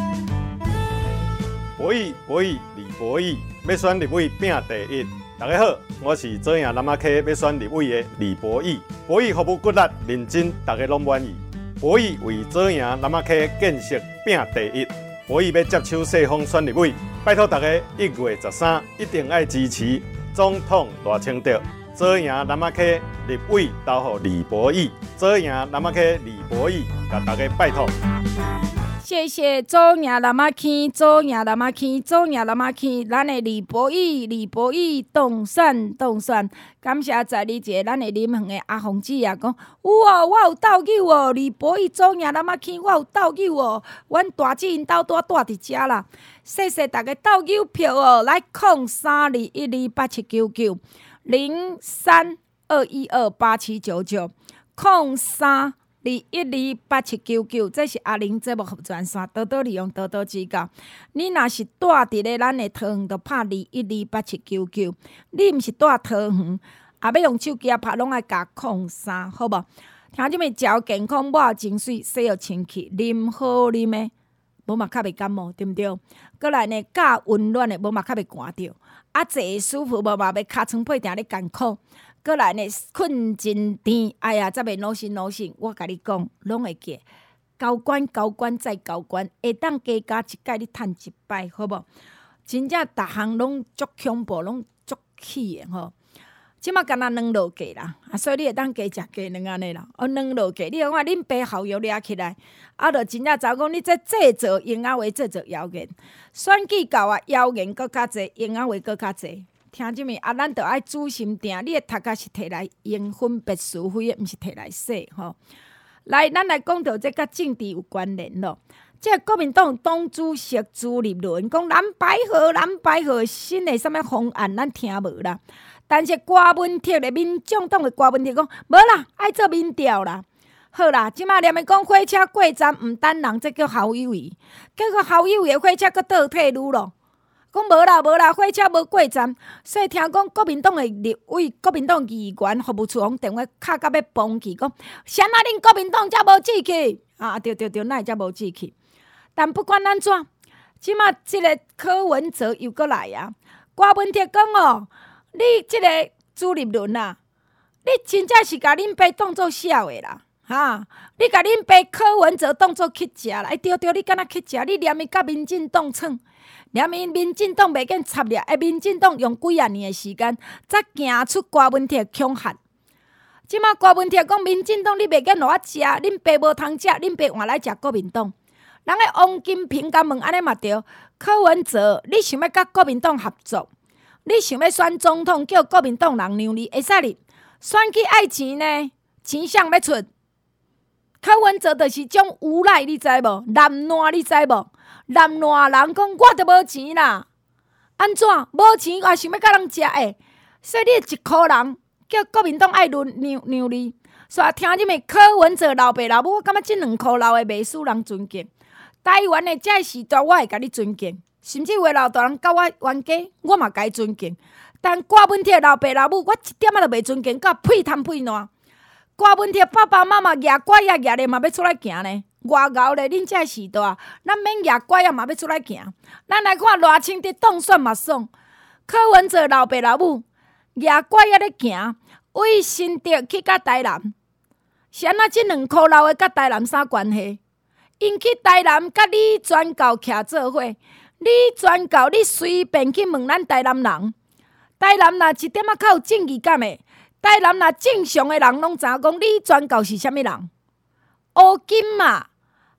博弈博弈李博弈，要选立委拼第一。大家好，我是左营南马溪要选立委的李博弈。博弈服务骨力认真，大家拢满意。博弈为左营南马溪建设拼第一。博弈要接手世丰选立委，拜托大家一月十三一定要支持总统大清德。左营南马溪立委投予李博弈，左营南马溪李博弈，甲大家拜托。 谢谢左营南马溪，左营南马溪，左营南马溪，咱的李博弈，李博弈当选当选。感谢在你一个咱的临园的阿红姐啊，讲有哦，我有斗友哦，李博弈左营南马溪，我有斗友哦，阮大姐因兜拄啊住伫遮啦。谢谢大家斗友票哦，来空三二一二八七九九零三二一二八七九九空三。二一二八七九九，这是阿玲节目服专线，多多利用，多多指教。你若是住伫咧咱的桃园，就拍二一二八七九九。你毋是住桃园，也要用手机啊拍，拢爱加空三，好无？听即物食健康，抹清水，洗好清气，啉好啉的，无嘛较袂感冒，对毋对？过来呢，加温暖的，无嘛较袂寒着。啊，坐舒服，无嘛袂尻川背定咧艰苦。过来呢，困真甜，哎呀，则袂脑神脑神。我甲你讲，拢会记。高官高官再高官，下当加加一届，你趁一摆，好无？真正逐项拢足恐怖，拢足气的吼。即马敢若两落价啦，啊，所以你会当加食加两安尼啦。哦，两落价，你看看恁爸后药掠起来，啊，就真正查讲你这制作婴仔话制作谣言，选举到啊，谣言搁较济，婴仔话搁较济。听即物啊，咱着爱煮心定，你的头壳是摕来用分别是非的，毋是摕来洗吼。来，咱来讲到这甲政治有关联咯。这国民党党主席朱立伦讲蓝白合，蓝白合新的什么方案，咱听无啦。但是郭文铁的民众党的郭文铁讲，无啦，爱做民调啦。好啦，即马连咪讲火车过站毋等人，这叫好友谊。结果好友谊的火车搁倒退路咯。讲无啦无啦，火车无过站，所以听讲国民党的立委、国民党议员服务处方电话敲到要崩去，讲啥啊恁国民党才无志气啊！对对对，哪会才无志气？但不管安怎，即马即个柯文哲又过来啊！郭文铁讲哦，你即个朱立伦啊，你真正是甲恁爸当作痟的啦！哈！你甲恁爸柯文哲当作乞食啦！哎对对，你敢若乞食？你连伊甲民进党创？连民民进党袂见插了，哎，民进党用几啊年的时间，才行出郭文铁恐吓。即马郭文铁讲，民进党你袂见互我食，恁爸无通食，恁爸换来食国民党。人个王金平甲问安尼嘛对，柯文哲，你想要甲国民党合作？你想要选总统，叫国民党人让你，会使哩？选举爱钱呢？钱谁要出？柯文哲就是种无赖，你知无？南烂你知无？南烂人讲，我都无钱啦，安怎无钱？我想要甲人食诶，所以你一箍人叫国民党爱让让让你，所以听入面柯文哲老爸老母，我感觉即两箍老诶袂输人尊敬。台湾诶这时代，我会甲你尊敬，甚至有诶老大人甲我冤家，我嘛甲伊尊敬。但郭文铁老爸老母，我一点仔都袂尊敬，甲屁摊屁烂。郭文铁爸爸妈妈举拐啊举咧嘛要出来行呢。外敖咧，恁这时代，咱免举拐啊嘛要出来行。咱来看赖清德当选嘛爽，柯文哲老爸老母举拐啊咧行，为新竹去甲台南，是安怎即两箍老的甲台南啥关系？因去台南甲李全教徛做伙，李全教你随便去问咱台南人，台南若一点仔较有正义感的，台南若正常的人拢知影讲李全教是啥物人。乌金嘛，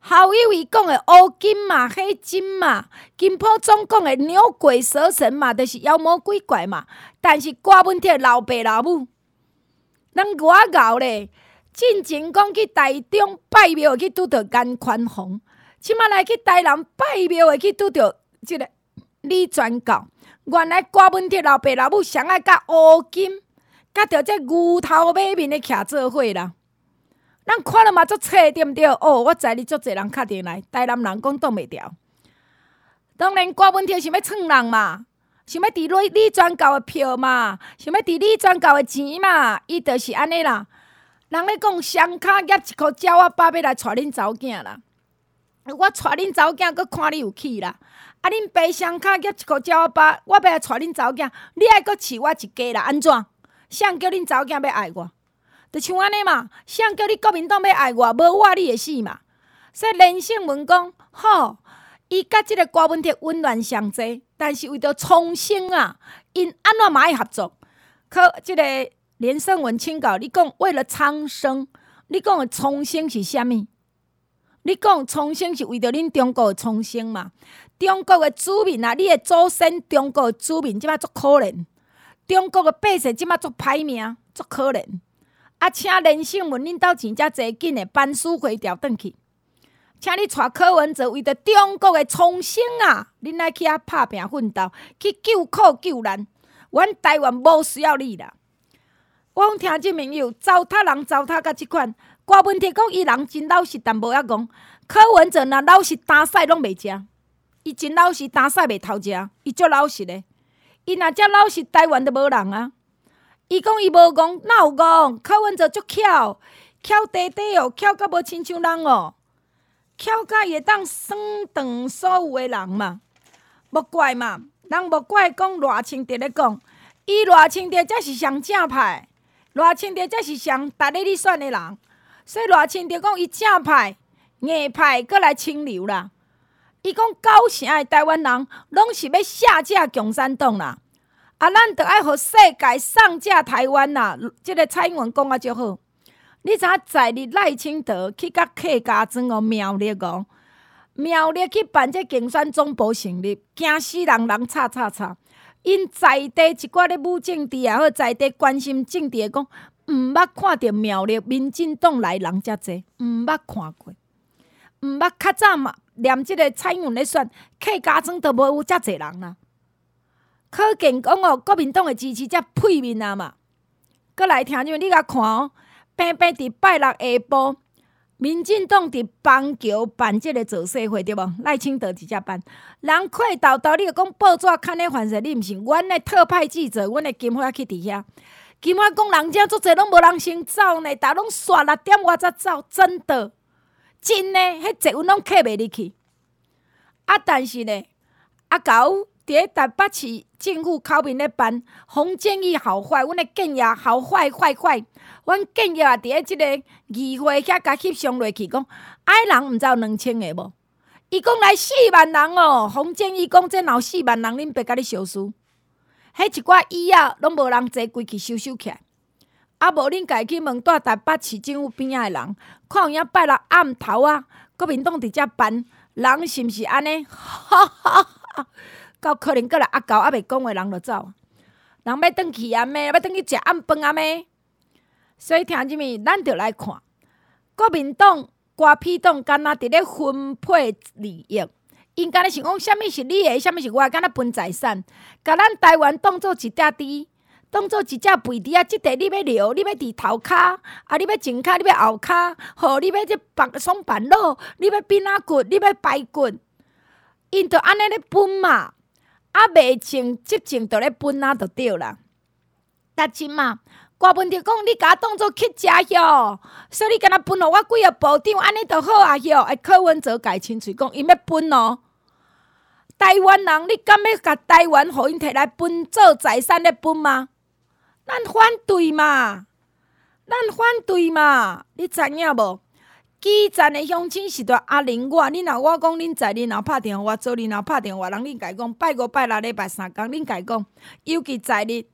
好友伊讲的乌金嘛、黑金嘛，金普总讲的牛鬼蛇神嘛，就是妖魔鬼怪嘛。但是郭文铁老爸老母，人外敖咧，进前讲去台中拜庙会去拄着颜宽宏，即马来去台南拜庙会去拄着即个李全教。原来郭文铁老爸老母上爱甲乌金，甲着这牛头马面的徛做伙啦。咱看了嘛足册对毋对？哦，我知你足侪人敲电来，台南人讲挡袂牢。当然，郭文铁想要蹭人嘛，想要挃李李全教的票嘛，想要挃李全教的钱嘛，伊就是安尼啦。人咧讲双脚夹一箍鸟仔巴要来带恁查某囝啦，我带恁查某囝，佮看你有气啦。啊，恁爸双脚夹一箍鸟仔巴，我要来带恁查某囝，你爱佮饲我一家啦？安怎？谁叫恁查某囝要爱我？就像安尼嘛，谁叫你国民党要爱我，无我你会死嘛？所以连胜文讲，吼，伊甲即个郭文铁温暖上济，但是为着重生啊，因安怎嘛爱合作？可即个连胜文请教你讲，为了苍生，你讲的重生是啥物？你讲重生是为着恁中国的重生嘛？中国的子民啊，你的祖先中国的子民即摆足可怜，中国的百姓即摆足歹命，足可怜。啊，请连胜文恁兜钱遮济，紧的班书回调转去，请你带柯文哲为着中国的重生啊，恁来去遐拍拼奋斗，去救苦救难。阮台湾无需要你啦。我讲听即朋友糟蹋人糟蹋甲即款，郭文铁讲伊人真老实，但无遐讲。柯文哲若老实打屎拢袂食，伊真老实打屎袂偷食，伊足老实的。伊若遮老实，台湾都无人啊。伊讲伊无戆，哪有戆？柯文哲足巧，巧短短哦，巧甲无亲像人哦，巧甲会当算断所有的人嘛。无怪嘛，人无怪讲赖清德咧讲，伊赖清德才是上正派，赖清德才是上逐日咧选的人，所以赖清德讲伊正派、硬派，搁来清流啦。伊讲九成的台湾人拢是要下架共产党啦。啊，咱着爱互世界上架台湾啦！即个蔡英文讲啊，足好。你知影在日赖清德去甲客家庄哦、苗栗哦、苗栗去办这竞选总部成立，惊死人人吵吵吵。因在地一寡咧武政治也好，在地关心政治的讲，毋捌看到苗栗民进党来人遮济，毋捌看过，毋捌较早嘛念即个蔡英文咧选客家庄，都无有遮济人啦。可见讲哦，国民党的支持者片面啊嘛。搁来听众，你甲看哦，平平伫拜六下晡，民进党伫邦桥办即个造势会对无？赖清德伫遮办，人快豆豆，你著讲报纸看咧反正你毋信，阮的特派记者，阮的金花去伫遐，金花讲人遮足济拢无人先走呢，逐拢煞六点外才走，真的，真的，迄济阮拢客袂入去。啊，但是呢，啊狗。伫咧台北市政府口面咧办洪建义好坏，阮的建业好坏坏坏，阮建业啊伫咧即个议会遐甲翕相落去，讲爱人毋知有两千个无？伊讲来四万人哦，洪建义讲这若有四万人，恁别甲你收尸，迄一寡椅仔拢无人坐，规气收收起来。啊无恁家去问住台北市政府边仔的人，看有影拜六暗头啊，国民党伫遮办，人是毋是安尼？哈哈哈！到可能过来阿狗还袂讲话，人就走，人要转去啊咩？要转去食暗饭啊咩？所以听入面，咱着来看国民党、瓜屁党，敢若伫咧分配利益，因敢若是讲啥物是你的，啥物是我的，敢若分财产，甲咱台湾当做一只猪，当做一只肥猪啊！即块你要留，你要伫头壳，啊！你要前骹，你要后骹，吼！你要即放松板肉，你要扁仔骨，你要排骨，因着安尼咧分嘛。啊，未清即情就咧分啊，就对啦。但真嘛，郭文哲讲你甲我当作乞食哟，所以你敢若分互我几个部长，安尼就好啊哟。哎，柯文哲家亲嘴讲，因要分哦。台湾人，你敢要甲台湾互因摕来分做财产咧分吗？咱反对嘛，咱反对嘛，你知影无？基层的乡亲是着阿玲我，恁若我讲恁在恁若拍电话，我做恁若拍电话，人恁家讲拜五拜六礼拜三工，恁家讲，尤其在日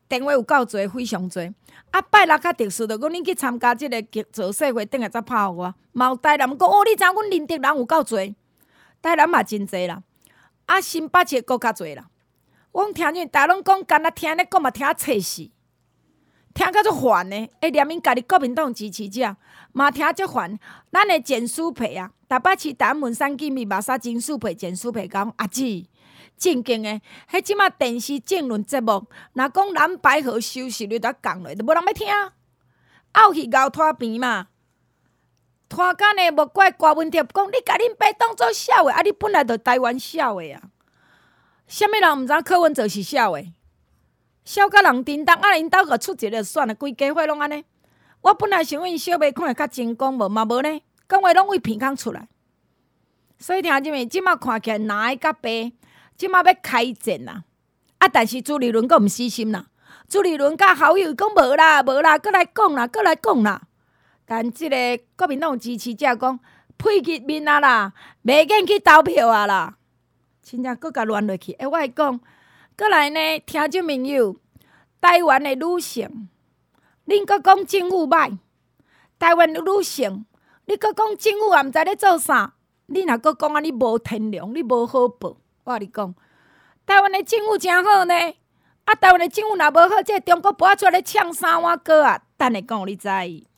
电话有够多，非常多。啊，拜六较特殊，就讲恁去参加即个造势会，等下才拍互我。嘛有台南讲，哦，你知影阮认得人有够多，台南嘛真济啦。啊，新北市搁较济啦。我听恁大拢讲，干那听咧讲嘛，听啊气死，听甲足烦呢。会念因家己国民党支持者，嘛听足烦。咱的简书培啊，台北市台湾文山机密马沙简书培、简书培讲阿姊。正经诶，迄即马电视政论节目，若讲蓝白河收视率都降落，就无人要听。拗去咬拖边嘛，拖干诶，无怪郭文哲讲，你甲恁爸当做笑诶，啊，你本来就台湾笑诶啊。啥物人毋知柯文哲是笑诶？笑甲人叮当，啊，因兜个出一个算了，规家伙拢安尼。我本来想讲因小妹看会较成功无，嘛无呢，讲话拢为鼻孔出来。所以听即面，即马看起来哪会甲爸？即马要开战啦！啊，但是朱立伦阁毋死心啦。朱立伦甲好友讲无啦，无啦，阁来讲啦，阁来讲啦。但即个国民党支持者讲，屁入面啊啦，袂瘾去投票啊啦，真正阁甲乱落去。诶，我会讲，阁来呢，听众朋友，台湾的女性，恁阁讲政府歹；台湾的女性，你阁讲政府也毋知咧做啥，你若阁讲安尼无天良，你无好报。我甲你讲，台湾的政府真好呢。啊，台湾的政府若无好，这个中国播出来咧抢三碗糕啊！等下讲互你知。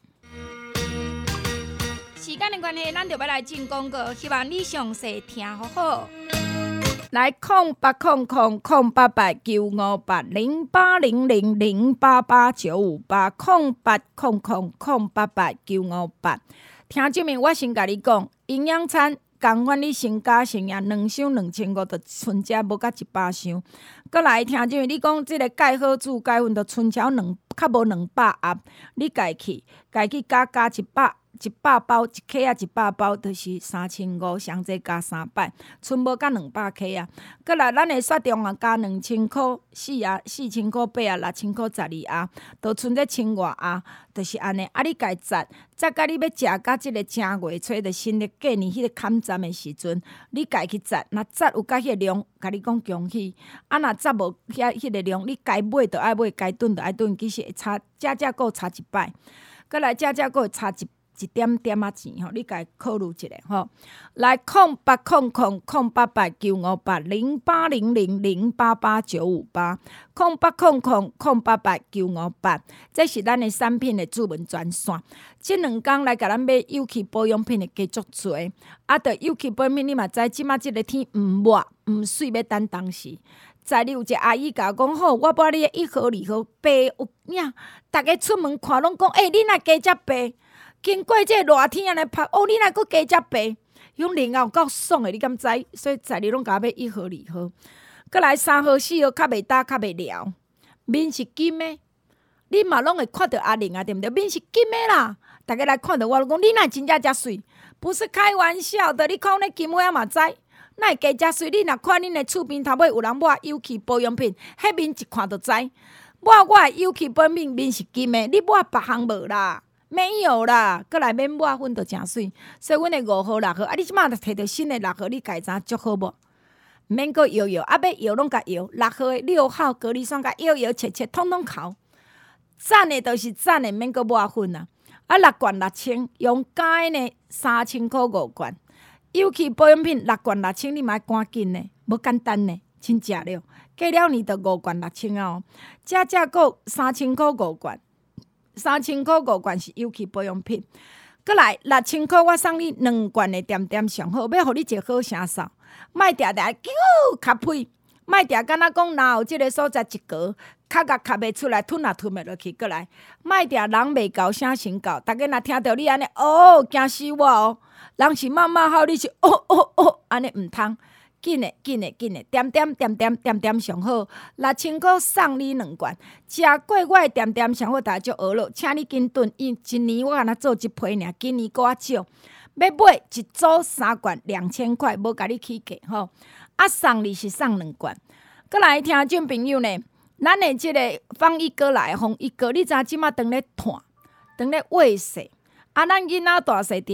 时间的关系，咱就要来进广告，希望你详细听好好。来，空八空空空八八九五八零八零零零八八九五八空八空空空八八九五八。听证明，我先甲你讲，营养餐。共款你先加成呀，两箱两千五，就剩只无甲一百箱。搁来听证，你讲即个钙好煮钙粉，就剩超两，较无两百盒。你家去，家去加加一百一百包，一克啊一百包，就是三千五，上济加三百，剩无甲两百克啊。搁来咱的雪中啊，加两千箍，四啊四千箍八啊，六千箍十二啊，就剩这千外啊，就是安尼。啊，你家摘，摘甲你要食甲即个正月初的新历过年迄个砍斩的时阵，你家去摘，若摘有甲迄个量，甲你讲恭喜。啊，若摘无遐迄个量，你该买就爱买，该炖就爱炖，其实会差，只只个差一摆，搁来只只个会差一。一点点仔钱吼，你家考虑一下吼。来，空八空空空八八九五八零八零零零八八九五八，空八空空空八八九五八，这是咱的产品的主文专线。即两工来甲咱买有机保养品的加足多，啊，着有机保养品你嘛知，即马即个天毋热毋水，要等当时。在你有一个阿姨甲我讲好，我把你的一盒二盒白有影，逐个出门看拢讲，诶、欸，你若加遮白。经过这热天安尼拍，哦，你若阁加遮白，用零有够爽的，你敢知？所以在你拢甲买一盒二盒，阁来三盒四盒，较袂焦，较袂撩。面是金的，你嘛拢会看到阿玲啊，对毋对？面是金的啦，大家来看到我讲，你若真正遮水，不是开玩笑的。你看那金花嘛知，哪会加遮水？你若看恁的厝边头尾有人抹有机保养品，迄面一看就知。抹我的有机保养品面是金的，你抹别项无啦。没有啦，过来免抹粉就真水，所以阮的五号六号啊，你即马就摕到新的六号，你家知足好无？免阁摇摇，啊要摇拢甲摇，六号的六号隔离霜甲摇摇切切，统统扣。赞的都是赞的，免阁抹粉啊！啊六罐六千，用加呢三千箍五罐，有机保养品六罐六千，你嘛赶紧呢，无简单呢，真食了。过了年就五罐六千啊哦，加加个三千箍五罐。三千箍五罐是有机保养品，过来六千箍我送你两罐的点点上好，要互你一个好声扫，莫定定啾卡屁，莫定敢若讲哪有即个所在一格，卡甲卡袂出来，吞也吞袂落去，过来莫定人袂高声先高，逐个若听到你安尼，哦，惊死我哦，人是妈妈好，你是哦哦哦，安尼毋通。紧的紧的紧的，点点点点点点上好，六千箍送你两罐。食过我的点点上好，大家就学了，请你紧囤。因今年我敢若做一批尔，今年搁较少。要买一组三罐，两千块，无甲你起价吼。啊，送你是送两罐。搁来听众朋友呢，咱的即个放一哥来，放一哥，你知即马当咧炭，当咧喂食。啊，咱囡仔大细伫学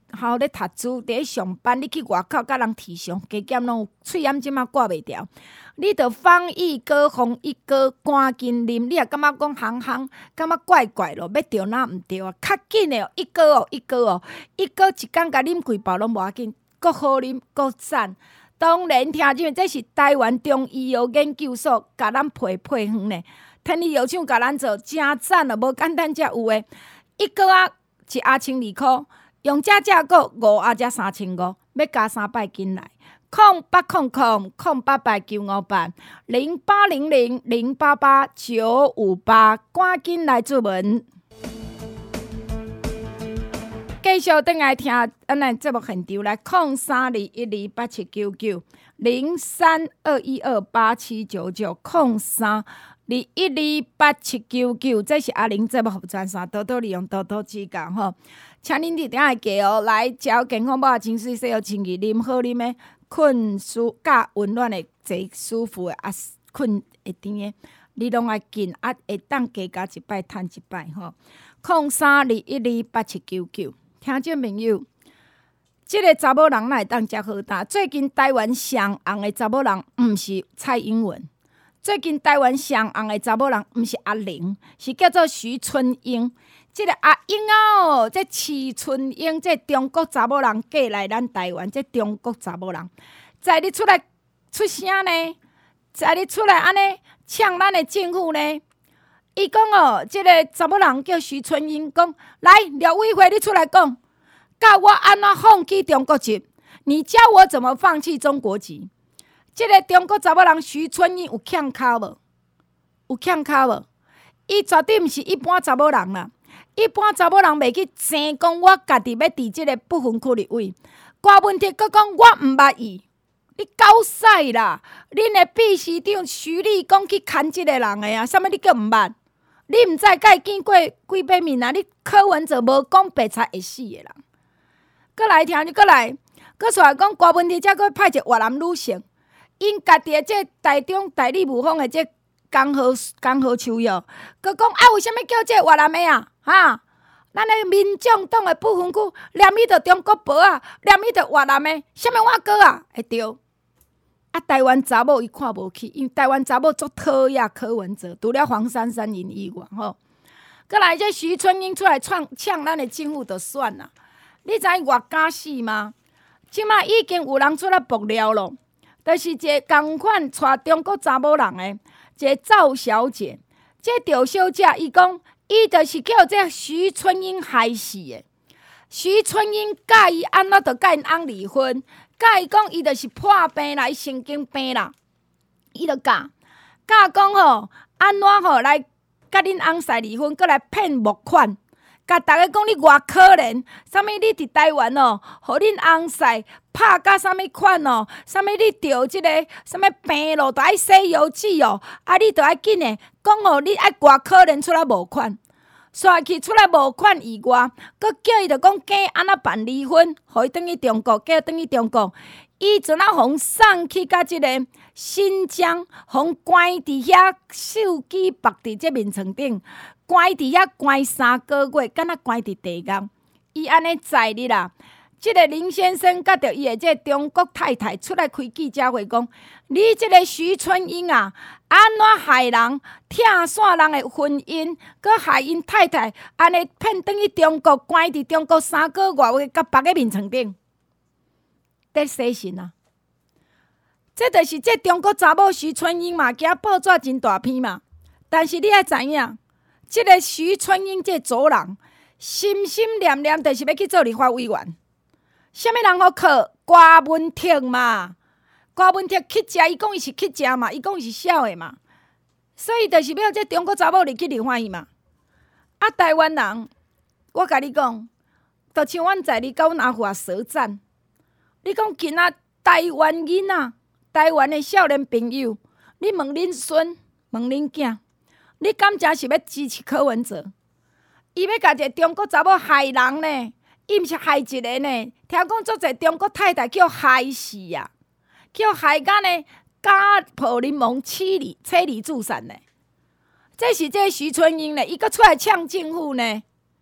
校咧读书，伫咧上班，你去外口甲人提上加减拢有喙炎即马挂袂牢。你着放一哥放一哥，赶紧啉。你也感觉讲行行，感觉怪怪咯，要着哪毋着啊？较紧诶哦，一哥哦，一哥哦，一哥一工甲啉几包拢无要紧，阁好啉，阁赞。当然，听众这是台湾中医药研究所甲咱配配方呢。天理药厂甲咱做真赞咯，无简单才有诶。一个啊，一阿千二箍，用这价格五阿才三千五，要加三百进来。空八空空空八八九五八零八零零零八八九五八，赶紧来注文。继续等来听咱的节目现场来，空三二一二八七九九零三二一二八七九九空三二一二八七九九，这是阿玲节目服专线，多多利用，多多指教吼。请恁伫顶下加哦，来食健康饱、清水洗好清气，啉好啉的。困舒甲温暖的坐舒服的啊，困会甜的，你拢爱紧啊，会当加加一摆，趁一摆吼。空三二一二八七九九，听众朋友，即、这个查某人哪会当遮好担？最近台湾上红的查某人，毋是蔡英文。最近台湾上红的查某人，毋是阿玲，是叫做徐春英。即个阿英啊哦，这徐春英，这中国查某人嫁来咱台湾，这中国查某人，在你出来出声呢，在你出来安尼呛咱的政府呢。伊讲哦，即、这个查某人叫徐春英，讲来廖委会你出来讲，教我安怎放弃中国籍？你教我怎么放弃中国籍？即、这个中国查某人徐春英有欠卡无？有欠卡无？伊绝对毋是一般查某人啦。一般查某人袂去争讲，我家己要伫即个不分区立委。郭文铁佫讲我毋捌伊，你搞屎啦！恁的秘书长徐立功去牵即个人的啊，啥物你佫毋捌？你毋知甲伊见过几百面啊？你柯文哲无讲白菜会死的人。佫来听就佫来，佫出来讲郭文铁，则佫派一个越南女性，因家己的这台中代理务方的这江河江河秋药，佫讲啊，为虾米叫这越南的啊？哈，咱的民众党的不分区念伊着中国宝啊，念伊着越南的，啥物我哥啊？会对。啊，台湾查某伊看无起，因为台湾查某足讨厌柯文哲，除了黄珊珊因以外吼。佮来这徐春英出来呛呛咱的政府就算啦。你知伊偌敢死吗？即马已经有人出来爆料咯，就是一个同款带中国查某人的，一个赵小姐。这赵小姐伊讲。伊就是叫这徐春英害死的。徐春英甲伊安怎，着甲因翁离婚，甲伊讲伊就是破病啦，伊神经病啦，伊着教教讲吼，安怎吼来甲恁翁婿离婚，搁来骗募款，甲逐个讲你偌可怜，啥物你伫台湾哦，互恁翁婿拍甲啥物款哦，啥物你着即个啥物病咯，着爱洗油纸哦，啊你着爱紧诶。讲哦，你爱偌可怜出来募款，刷去出来募款以外，佮叫伊着讲嫁安怎办离婚，互伊转去中国，嫁转去中国，伊阵啊互送去甲即个新疆，互关伫遐手机绑伫即面床顶，关伫遐关三个月，敢若关伫地监，伊安尼载你啦。即个林先生甲着伊的这中国太太出来开记者会，讲你即个徐春英啊，安怎害人拆散人的婚姻，佮害因太太安尼骗转去中国，关伫中国三个月，甲别个面床顶，得洗信啊！这就是这中国查某徐春英嘛，惊报纸真大篇嘛。但是你爱知影，即、这个徐春英这组人心心念念，就是要去做立法委员。啥物人好靠？郭文婷嘛，郭文婷去食，伊讲伊是去食嘛，伊讲伊是晓的嘛，所以就是要这中国查某入去立法院嘛。啊，台湾人，我甲你讲，就像阮在你甲阮阿父舌战，你讲今仔台湾囡仔，台湾的少年朋友，你问恁孙，问恁囝，你敢真是要支持柯文哲？伊要甲一个中国查某害人呢？伊毋是害一个呢，听讲足侪中国太太叫害死啊，叫害甲呢家破人亡、妻离妻离子散呢。这是这徐春英呢，伊阁出来呛政府呢，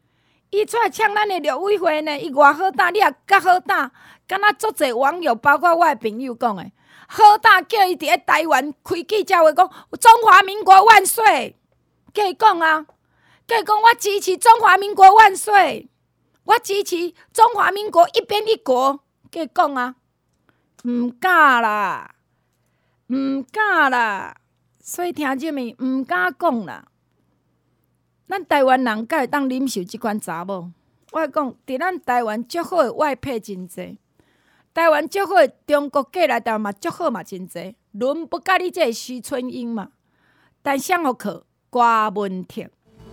伊出来呛咱的陆委会呢，伊偌好胆，你也较好胆。敢若足侪网友，包括我的朋友讲的，好胆叫伊伫咧台湾开记者会，讲中华民国万岁，叫伊讲啊，叫伊讲我支持中华民国万岁，我支持中华民国一边一国，叫伊讲啊，毋敢啦，毋敢啦，所以听这物毋敢讲啦。咱台湾人敢会当忍受即款查某？我讲，伫咱台湾足好的外配真济，台湾足好的中国过来台湾嘛足好嘛真济，轮不甲你这个徐春英嘛。但谁互去？郭文婷。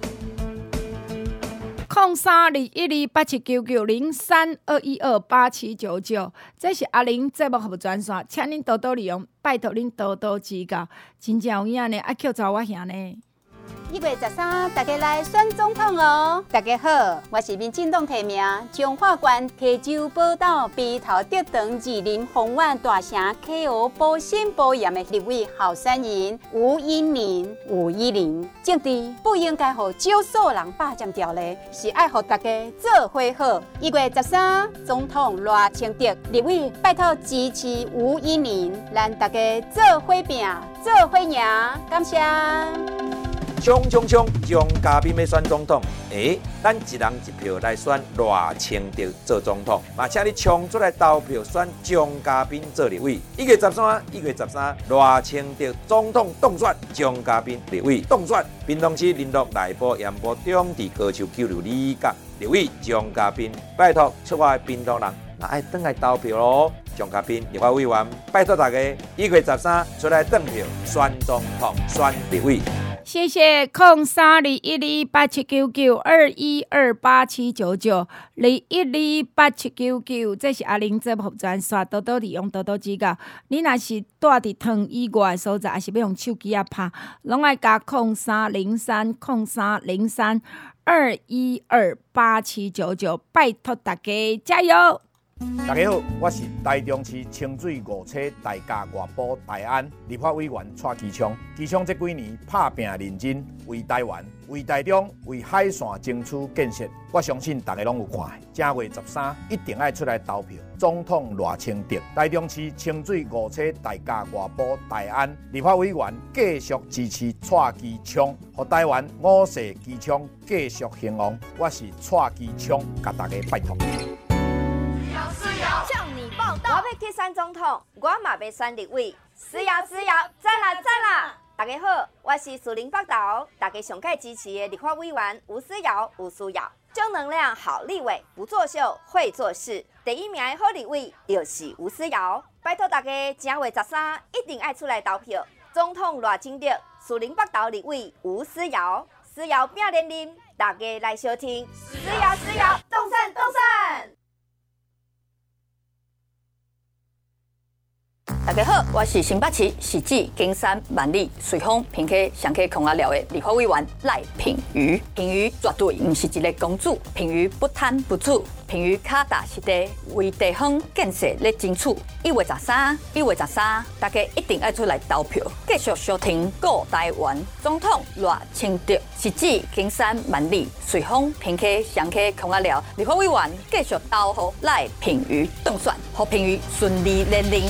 零三二一二八七九九零三二一二八七九九，这是阿玲节目服务专线，请恁多多利用，拜托恁多多指教。真正有影呢，爱扣查我兄呢。 一月十三，大家来选总统哦！大家好，我是民进党提名彰化县溪州宝岛鼻头竹塘二林红苑大城 K O 保险保险的立委候选人吴依玲。吴依玲，政治不应该互少数人霸占掉的，是爱互大家做伙好。一月十三，总统赖清德立委拜托支持吴依玲，咱大家做伙拼，做伙赢，感谢。 冲冲冲！张嘉宾要选总统，诶，咱一人一票来选赖清德做总统，嘛，请你冲出来投票选张嘉宾做立委。一月十三，一月十三，赖清德总统当选，张嘉宾立委当选。屏东市林鹿内埔盐埔中地高球九六里角立委张嘉宾，拜托出外屏东人，那爱转来投票咯。张嘉宾立法委员，拜托大家一月十三出来投票选总统、选立委。 谢谢零三二一二八七九九二一二八七九九二一二八七九九，这是阿玲节目专线，多多利用，多多指教。你若是住伫塘以外的所在，还是要用手机啊拍，拢爱加零三零三零三零三二一二八七九九，拜托大家加油！ 大家好，我是台中市清水五车大家外埔大安立法委员蔡其昌。其昌这几年打拼认真，为台湾、为台中、为海线争取建设，我相信大家拢有看。正月十三一定要出来投票，总统赖清德。台中市清水五车大家外埔大安立法委员继续支持蔡其昌，让台湾五世其昌继续兴旺。我是蔡其昌，甲大家拜托。 向你报道，我要去选总统，我嘛要选立委，是呀是呀，赞啦赞啦！大家好，我是树林北投，大家上届支持的立法委员吴思瑶，吴思瑶，正能量好立委，不作秀会做事，第一名的好立委就是吴思瑶。拜托大家正月十三一定爱出来投票，总统赖清德，树林北投立委吴思瑶，思瑶拼连任，大家来收听，思瑶思瑶，动算动算。 大家好，我是新北市市长金山万里随风平溪上溪空阿寮的立法委员赖品妤。品妤绝对不是一个公主，品妤不贪不醋，品妤脚踏实地为地方建设咧争取。一月十三，一月十三，大家一定要出来投票，继续收听顾台湾总统赖清德。市长金山万里随风平溪上溪空阿寮立法委员继续投予赖品妤当选，让品妤顺利连任。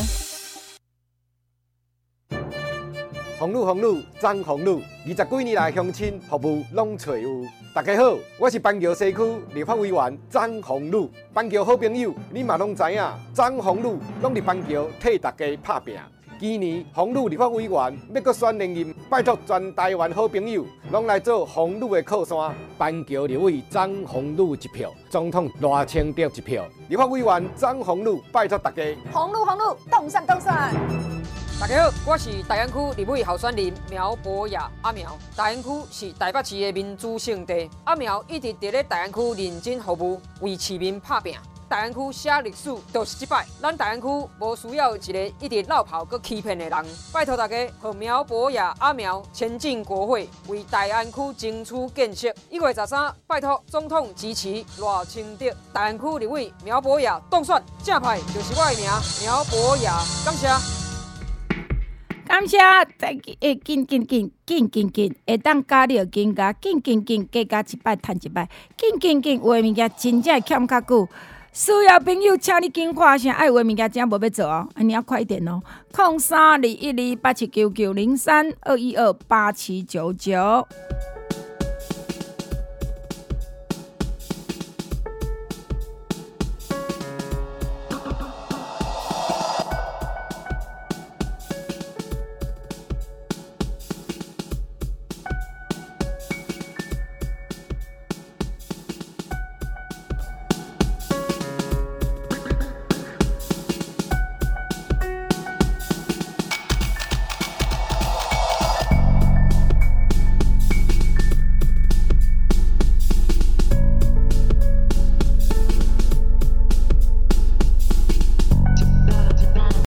红路红路张红路，二十几年来乡亲服务拢找有。大家好，我是板桥西区立法委员张宏路。板桥好朋友，你嘛拢知影，张宏路拢伫板桥替大家拍拼。今年宏路立法委员要阁选连任，拜托全台湾好朋友拢来做宏路的靠山。板桥立委张宏路一票，总统赖清德一票，立法委员张宏路拜托大家。 宏路宏路，动算动算。 大家好，我是大安区立委候选人苗博雅阿苗。大安区是台北市的民主圣地，阿苗一直伫咧大安区认真服务，为市民拍拼。大安区写历史就是这摆，咱大安区无需要一个一直落跑佮欺骗的人。拜托大家，和苗博雅阿苗前进国会，为大安区争取建设。一月十三，拜托总统支持赖清德。大安区立委苗博雅当选，正派就是我的名苗博雅，感谢。 感谢，诶，紧紧紧紧紧紧，会当加入紧加，紧紧紧加加一摆趁一摆，紧紧紧有诶物件真正欠较久。需要朋友，请你紧看声，爱有诶物件真无要做哦，你要快一点哦。空三二一二八七九九零三二一二八七九九。